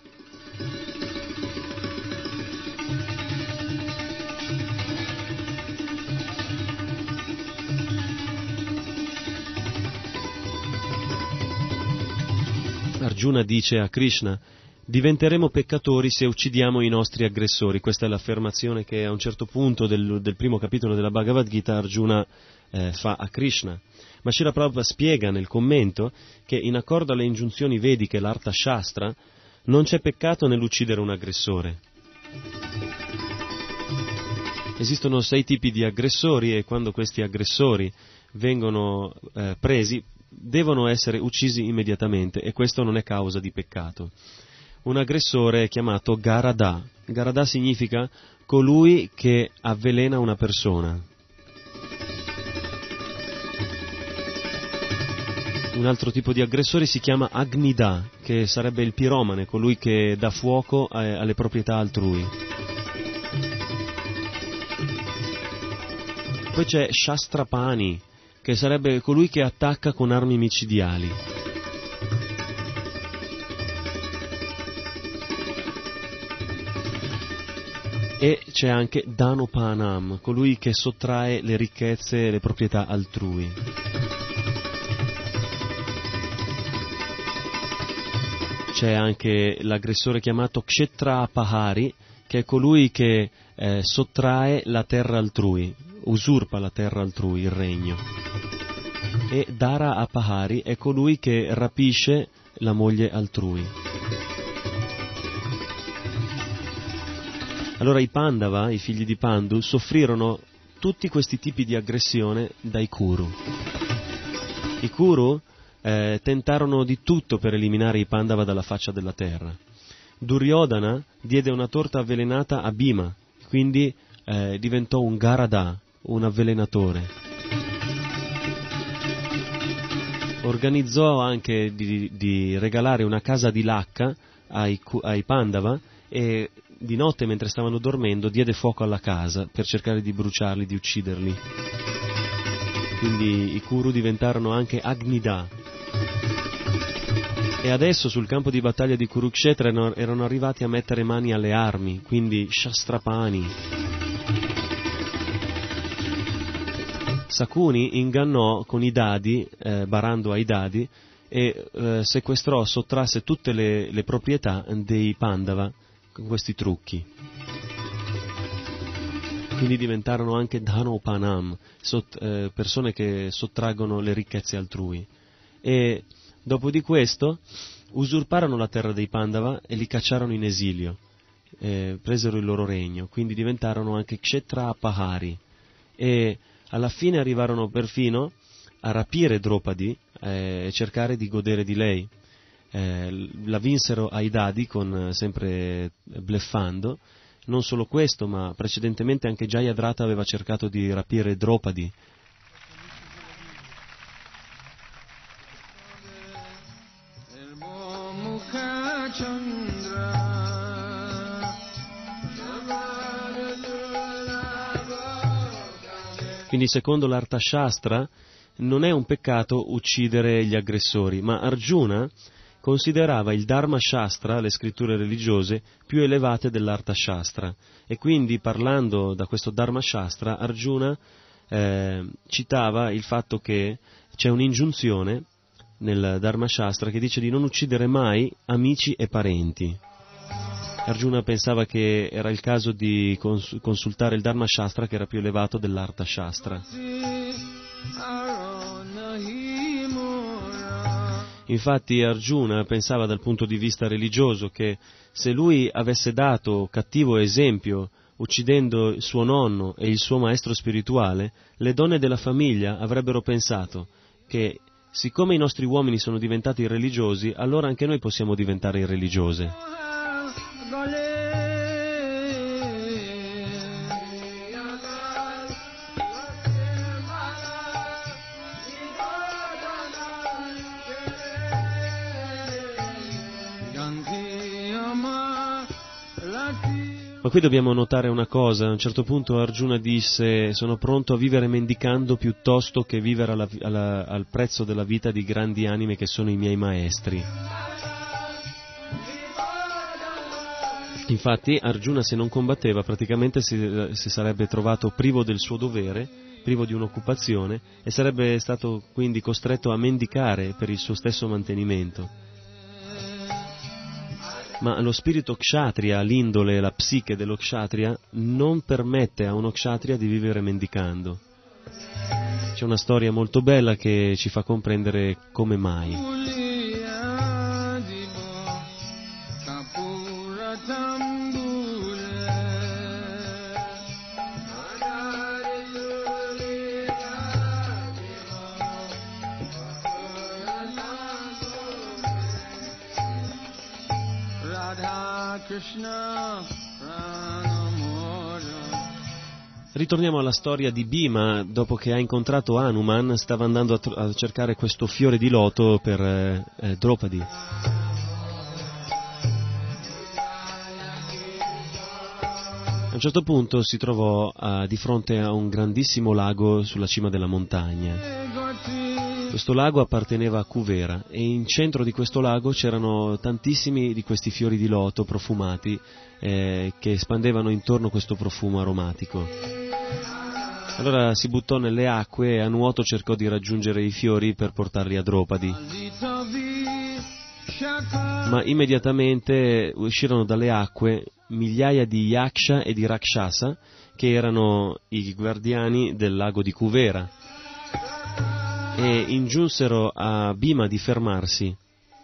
Arjuna dice a Krishna: diventeremo peccatori se uccidiamo i nostri aggressori. Questa è l'affermazione che a un certo punto del primo capitolo della Bhagavad Gita Arjuna fa a Krishna. Ma Srila Prabhupada spiega nel commento che in accordo alle ingiunzioni vediche, l'Artha Shastra, non c'è peccato nell'uccidere un aggressore. Esistono 6 tipi di aggressori e quando questi aggressori vengono presi devono essere uccisi immediatamente, e questo non è causa di peccato. Un aggressore è chiamato Garada. Garada significa colui che avvelena una persona. un altro tipo di aggressore si chiama Agnida, che sarebbe il piromane, colui che dà fuoco alle proprietà altrui. Poi c'è Shastrapani, che sarebbe colui che attacca con armi micidiali. E c'è anche Danopanam, colui che sottrae le ricchezze e le proprietà altrui. C'è anche l'aggressore chiamato Kshetrapahari, che è colui che sottrae la terra altrui, usurpa la terra altrui, il regno. E Dara Apahari è colui che rapisce la moglie altrui. Allora i Pandava, i figli di Pandu, soffrirono tutti questi tipi di aggressione dai Kuru. I Kuru tentarono di tutto per eliminare i Pandava dalla faccia della terra. Duryodhana diede una torta avvelenata a Bhima, quindi diventò un Garada, un avvelenatore. Organizzò anche di regalare una casa di lacca ai Pandava e di notte, mentre stavano dormendo, diede fuoco alla casa per cercare di bruciarli, di ucciderli. Quindi i Kuru diventarono anche Agnida. E adesso sul campo di battaglia di Kurukshetra erano arrivati a mettere mani alle armi, quindi Shastrapani. Sakuni ingannò con i dadi, barando ai dadi, e sottrasse tutte le proprietà dei Pandava con questi trucchi. Quindi diventarono anche Dhanopanam, persone che sottraggono le ricchezze altrui. E dopo di questo usurparono la terra dei Pandava e li cacciarono in esilio, presero il loro regno, quindi diventarono anche Kshetrapahari. E alla fine arrivarono perfino a rapire Draupadi e cercare di godere di lei. La vinsero ai dadi, sempre bluffando. Non solo questo, ma precedentemente anche Jayadratha aveva cercato di rapire Draupadi. Quindi secondo l'Arthashastra non è un peccato uccidere gli aggressori, ma Arjuna considerava il Dharma Shastra, le scritture religiose, più elevate dell'Arthashastra, e quindi parlando da questo Dharma Shastra Arjuna citava il fatto che c'è un'ingiunzione nel Dharma Shastra che dice di non uccidere mai amici e parenti. Arjuna pensava che era il caso di consultare il Dharma Shastra, che era più elevato dell'Arthashastra. Infatti Arjuna pensava dal punto di vista religioso che se lui avesse dato cattivo esempio uccidendo il suo nonno e il suo maestro spirituale, le donne della famiglia avrebbero pensato che siccome i nostri uomini sono diventati irreligiosi, allora anche noi possiamo diventare irreligiose. Ma qui dobbiamo notare una cosa: a un certo punto Arjuna disse: sono pronto a vivere mendicando piuttosto che vivere al prezzo della vita di grandi anime che sono i miei maestri. Infatti Arjuna, se non combatteva, praticamente si sarebbe trovato privo del suo dovere, privo di un'occupazione, e sarebbe stato quindi costretto a mendicare per il suo stesso mantenimento. Ma lo spirito kshatriya, l'indole, la psiche dello kshatriya non permette a uno kshatriya di vivere mendicando. C'è una storia molto bella che ci fa comprendere come mai. Ritorniamo alla storia di Bhima. Dopo che ha incontrato Hanuman, stava andando a cercare questo fiore di loto per Draupadi. A un certo punto si trovò di fronte a un grandissimo lago sulla cima della montagna. Questo lago apparteneva a Kuvera e in centro di questo lago c'erano tantissimi di questi fiori di loto profumati che espandevano intorno questo profumo aromatico. Allora si buttò nelle acque e a nuoto cercò di raggiungere i fiori per portarli a Draupadi. Ma immediatamente uscirono dalle acque migliaia di Yaksha e di Rakshasa, che erano i guardiani del lago di Kuvera, e ingiunsero a Bhima di fermarsi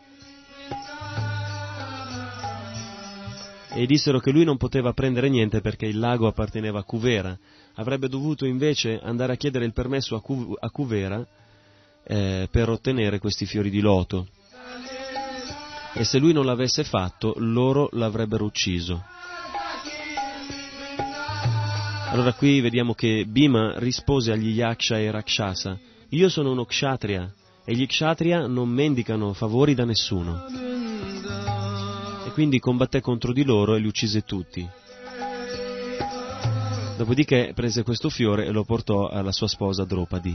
e dissero che lui non poteva prendere niente perché il lago apparteneva a Kuvera. Avrebbe dovuto invece andare a chiedere il permesso a Kuvera per ottenere questi fiori di loto, e se lui non l'avesse fatto loro l'avrebbero ucciso. Allora qui vediamo che Bhima rispose agli Yaksha e Rakshasa: io sono uno Kshatriya e gli Kshatriya non mendicano favori da nessuno. E quindi combatté contro di loro e li uccise tutti. Dopodiché prese questo fiore e lo portò alla sua sposa Draupadi.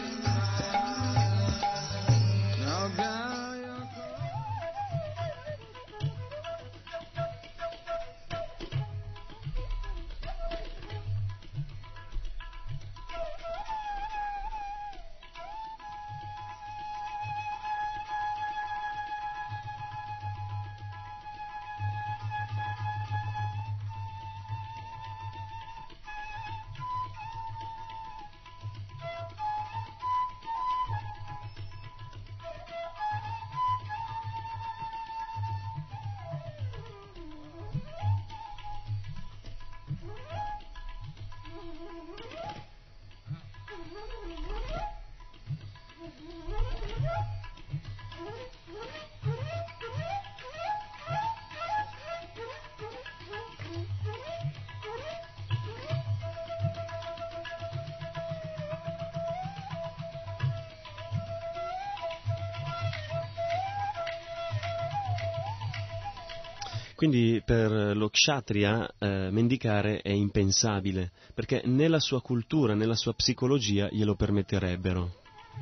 Quindi per lo Kshatriya mendicare è impensabile, perché né la sua cultura né la sua psicologia glielo permetterebbero.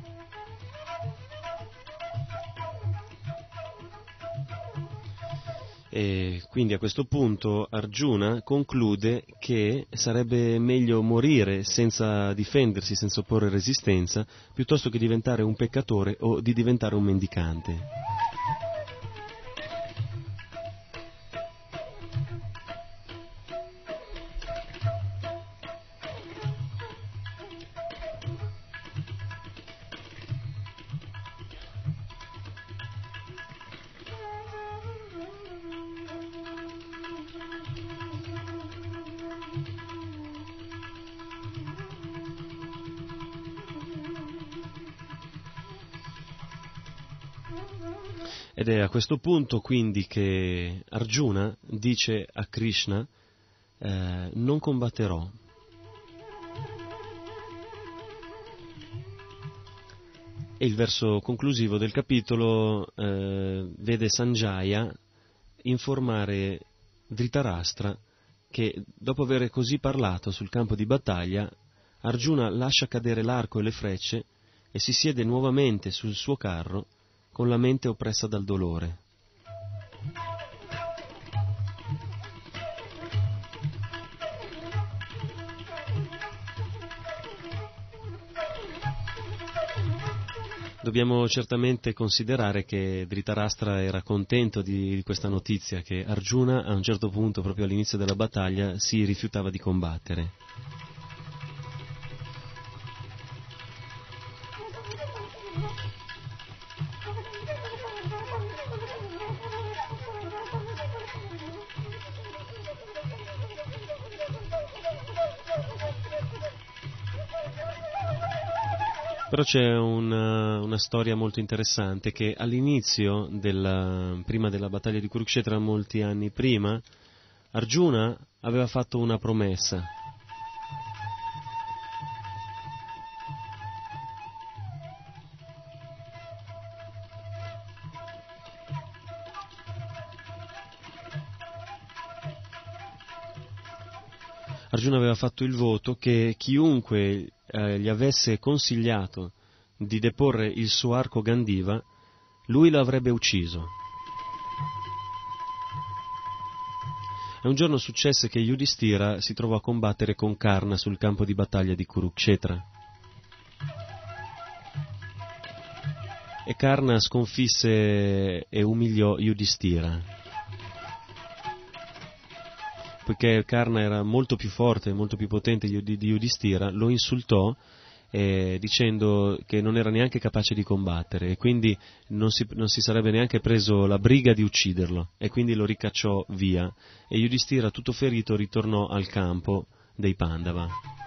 E quindi a questo punto Arjuna conclude che sarebbe meglio morire senza difendersi, senza opporre resistenza, piuttosto che diventare un peccatore o di diventare un mendicante. Ed è a questo punto quindi che Arjuna dice a Krishna: non combatterò. E il verso conclusivo del capitolo vede Sanjaya informare Dhritarashtra che dopo aver così parlato sul campo di battaglia, Arjuna lascia cadere l'arco e le frecce e si siede nuovamente sul suo carro con la mente oppressa dal dolore. Dobbiamo certamente considerare che Dhritarashtra era contento di questa notizia, che Arjuna a un certo punto, proprio all'inizio della battaglia, si rifiutava di combattere. Però c'è una storia molto interessante, che all'inizio, prima della battaglia di Kurukshetra, molti anni prima, Arjuna aveva fatto una promessa. Arjuna aveva fatto il voto che chiunque gli avesse consigliato di deporre il suo arco Gandiva, lui lo avrebbe ucciso. E un giorno successe che Yudhishthira si trovò a combattere con Karna sul campo di battaglia di Kurukshetra. E Karna sconfisse e umiliò Yudhishthira. Poiché Karna era molto più forte, molto più potente di Yudhishthira, lo insultò dicendo che non era neanche capace di combattere e quindi non si sarebbe neanche preso la briga di ucciderlo, e quindi lo ricacciò via, e Yudhishthira, tutto ferito, ritornò al campo dei Pandava.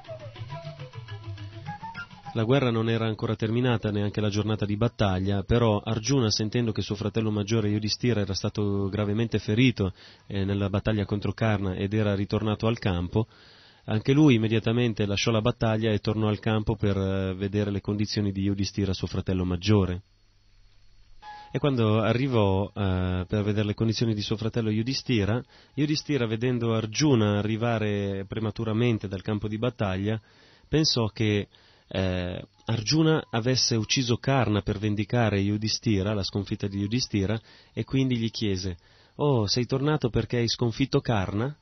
La guerra non era ancora terminata, neanche la giornata di battaglia, però Arjuna, sentendo che suo fratello maggiore Yudhishthira era stato gravemente ferito nella battaglia contro Karna ed era ritornato al campo, anche lui immediatamente lasciò la battaglia e tornò al campo per vedere le condizioni di Yudhishthira, suo fratello maggiore. E quando arrivò per vedere le condizioni di suo fratello Yudhishthira, vedendo Arjuna arrivare prematuramente dal campo di battaglia, pensò che Arjuna avesse ucciso Karna per vendicare Yudhishthira, la sconfitta di Yudhishthira, e quindi gli chiese: «Oh, sei tornato perché hai sconfitto Karna?»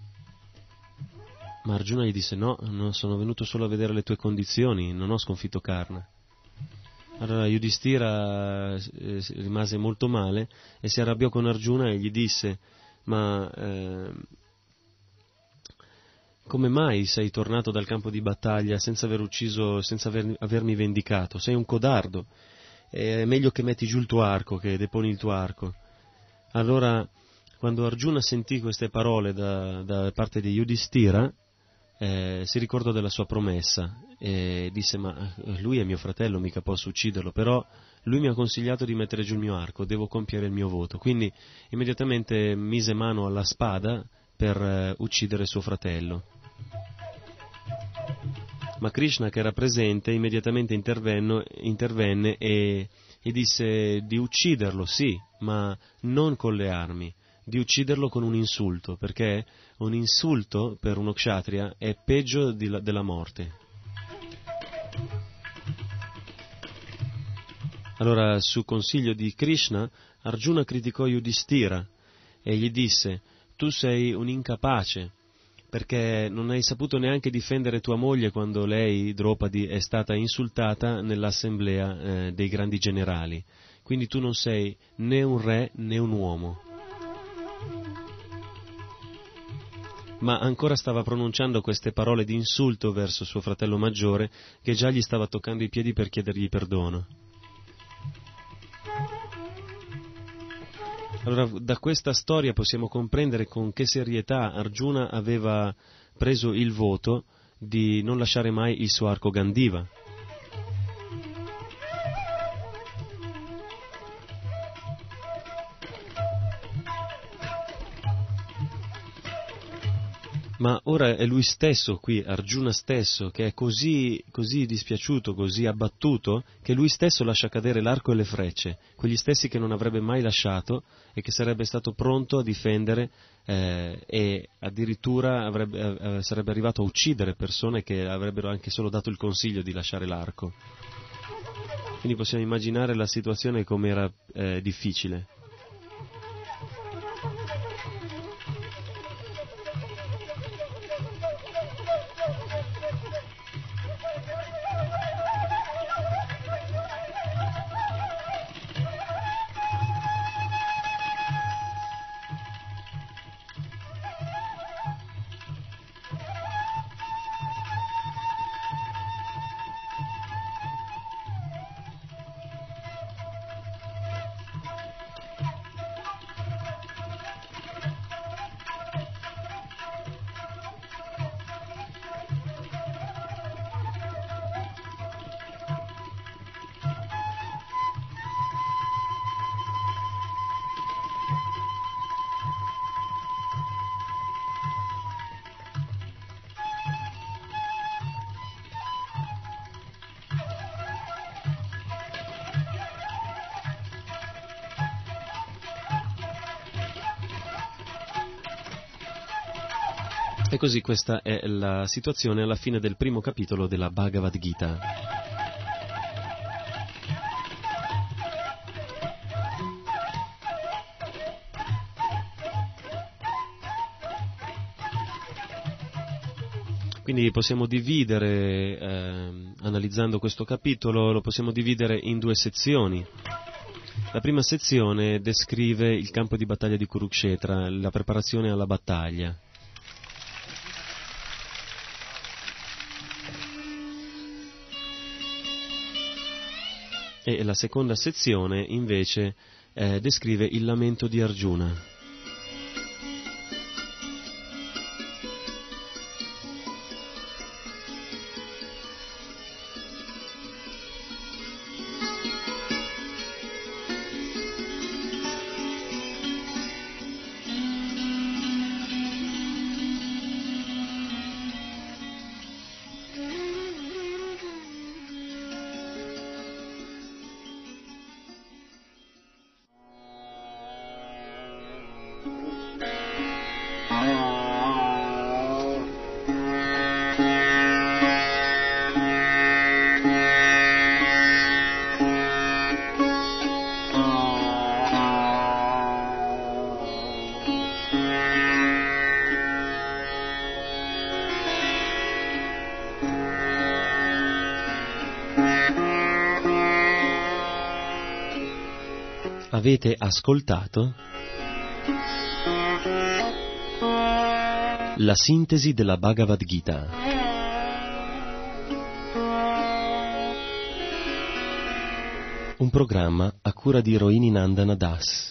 Ma Arjuna gli disse: no, sono venuto solo a vedere le tue condizioni, non ho sconfitto Karna. Allora Yudhishthira rimase molto male e si arrabbiò con Arjuna e gli disse: ma come mai sei tornato dal campo di battaglia senza aver ucciso, senza avermi vendicato? Sei un codardo, è meglio che metti giù il tuo arco, che deponi il tuo arco. Allora, quando Arjuna sentì queste parole da parte di Yudhishthira, si ricordò della sua promessa e disse: ma lui è mio fratello, mica posso ucciderlo, però lui mi ha consigliato di mettere giù il mio arco, devo compiere il mio voto. Quindi immediatamente mise mano alla spada per uccidere suo fratello. Ma Krishna, che era presente, immediatamente intervenne e disse di ucciderlo, sì, ma non con le armi, di ucciderlo con un insulto, perché un insulto per uno kshatriya è peggio della morte. Allora, su consiglio di Krishna, Arjuna criticò Yudhishthira e gli disse: tu sei un incapace, perché non hai saputo neanche difendere tua moglie quando lei, Draupadi, è stata insultata nell'assemblea dei grandi generali. Quindi tu non sei né un re né un uomo. Ma ancora stava pronunciando queste parole di insulto verso suo fratello maggiore, che già gli stava toccando i piedi per chiedergli perdono. Allora, da questa storia possiamo comprendere con che serietà Arjuna aveva preso il voto di non lasciare mai il suo arco Gandiva. Ma ora è lui stesso qui, Arjuna stesso, che è così dispiaciuto, così abbattuto, che lui stesso lascia cadere l'arco e le frecce, quegli stessi che non avrebbe mai lasciato e che sarebbe stato pronto a difendere e addirittura sarebbe arrivato a uccidere persone che avrebbero anche solo dato il consiglio di lasciare l'arco. Quindi possiamo immaginare la situazione come era difficile. E così questa è la situazione alla fine del primo capitolo della Bhagavad Gita. Quindi possiamo dividere, analizzando questo capitolo, lo possiamo dividere in due sezioni. La prima sezione descrive il campo di battaglia di Kurukshetra, la preparazione alla battaglia. E la seconda sezione, invece, descrive il lamento di Arjuna. Avete ascoltato la sintesi della Bhagavad Gita. Un programma a cura di Rohini Nandana Das.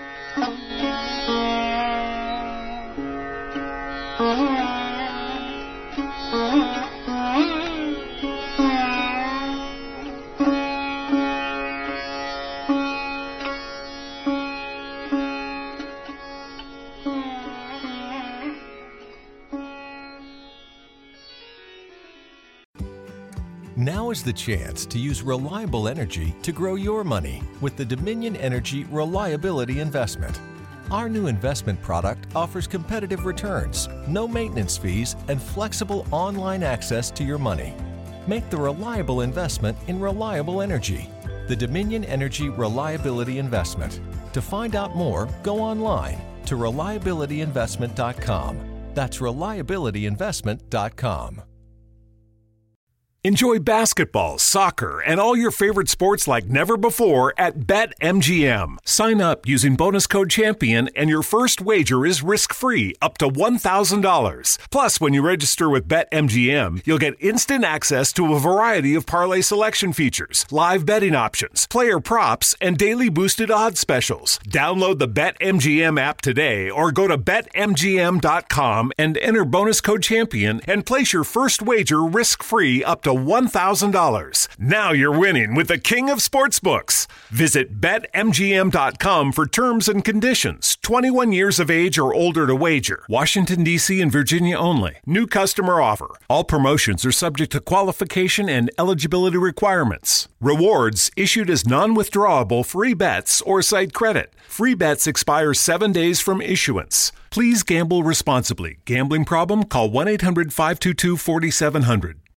Now is the chance to use reliable energy to grow your money with the Dominion Energy Reliability Investment. Our new investment product offers competitive returns, no maintenance fees, and flexible online access to your money. Make the reliable investment in reliable energy. The Dominion Energy Reliability Investment. To find out more, go online to reliabilityinvestment.com. That's reliabilityinvestment.com. Enjoy basketball, soccer, and all your favorite sports like never before at BetMGM. Sign up using bonus code CHAMPION and your first wager is risk-free up to $1,000. Plus, when you register with BetMGM, you'll get instant access to a variety of parlay selection features, live betting options, player props, and daily boosted odds specials. Download the BetMGM app today or go to BetMGM.com and enter bonus code CHAMPION and place your first wager risk-free up to $1,000. Now you're winning with the king of sportsbooks. Visit BetMGM.com for terms and conditions. 21 years of age or older to wager. Washington, D.C. and Virginia only. New customer offer. All promotions are subject to qualification and eligibility requirements. Rewards issued as non-withdrawable free bets or site credit. Free bets expire 7 days from issuance. Please gamble responsibly. Gambling problem? Call 1-800-522-4700.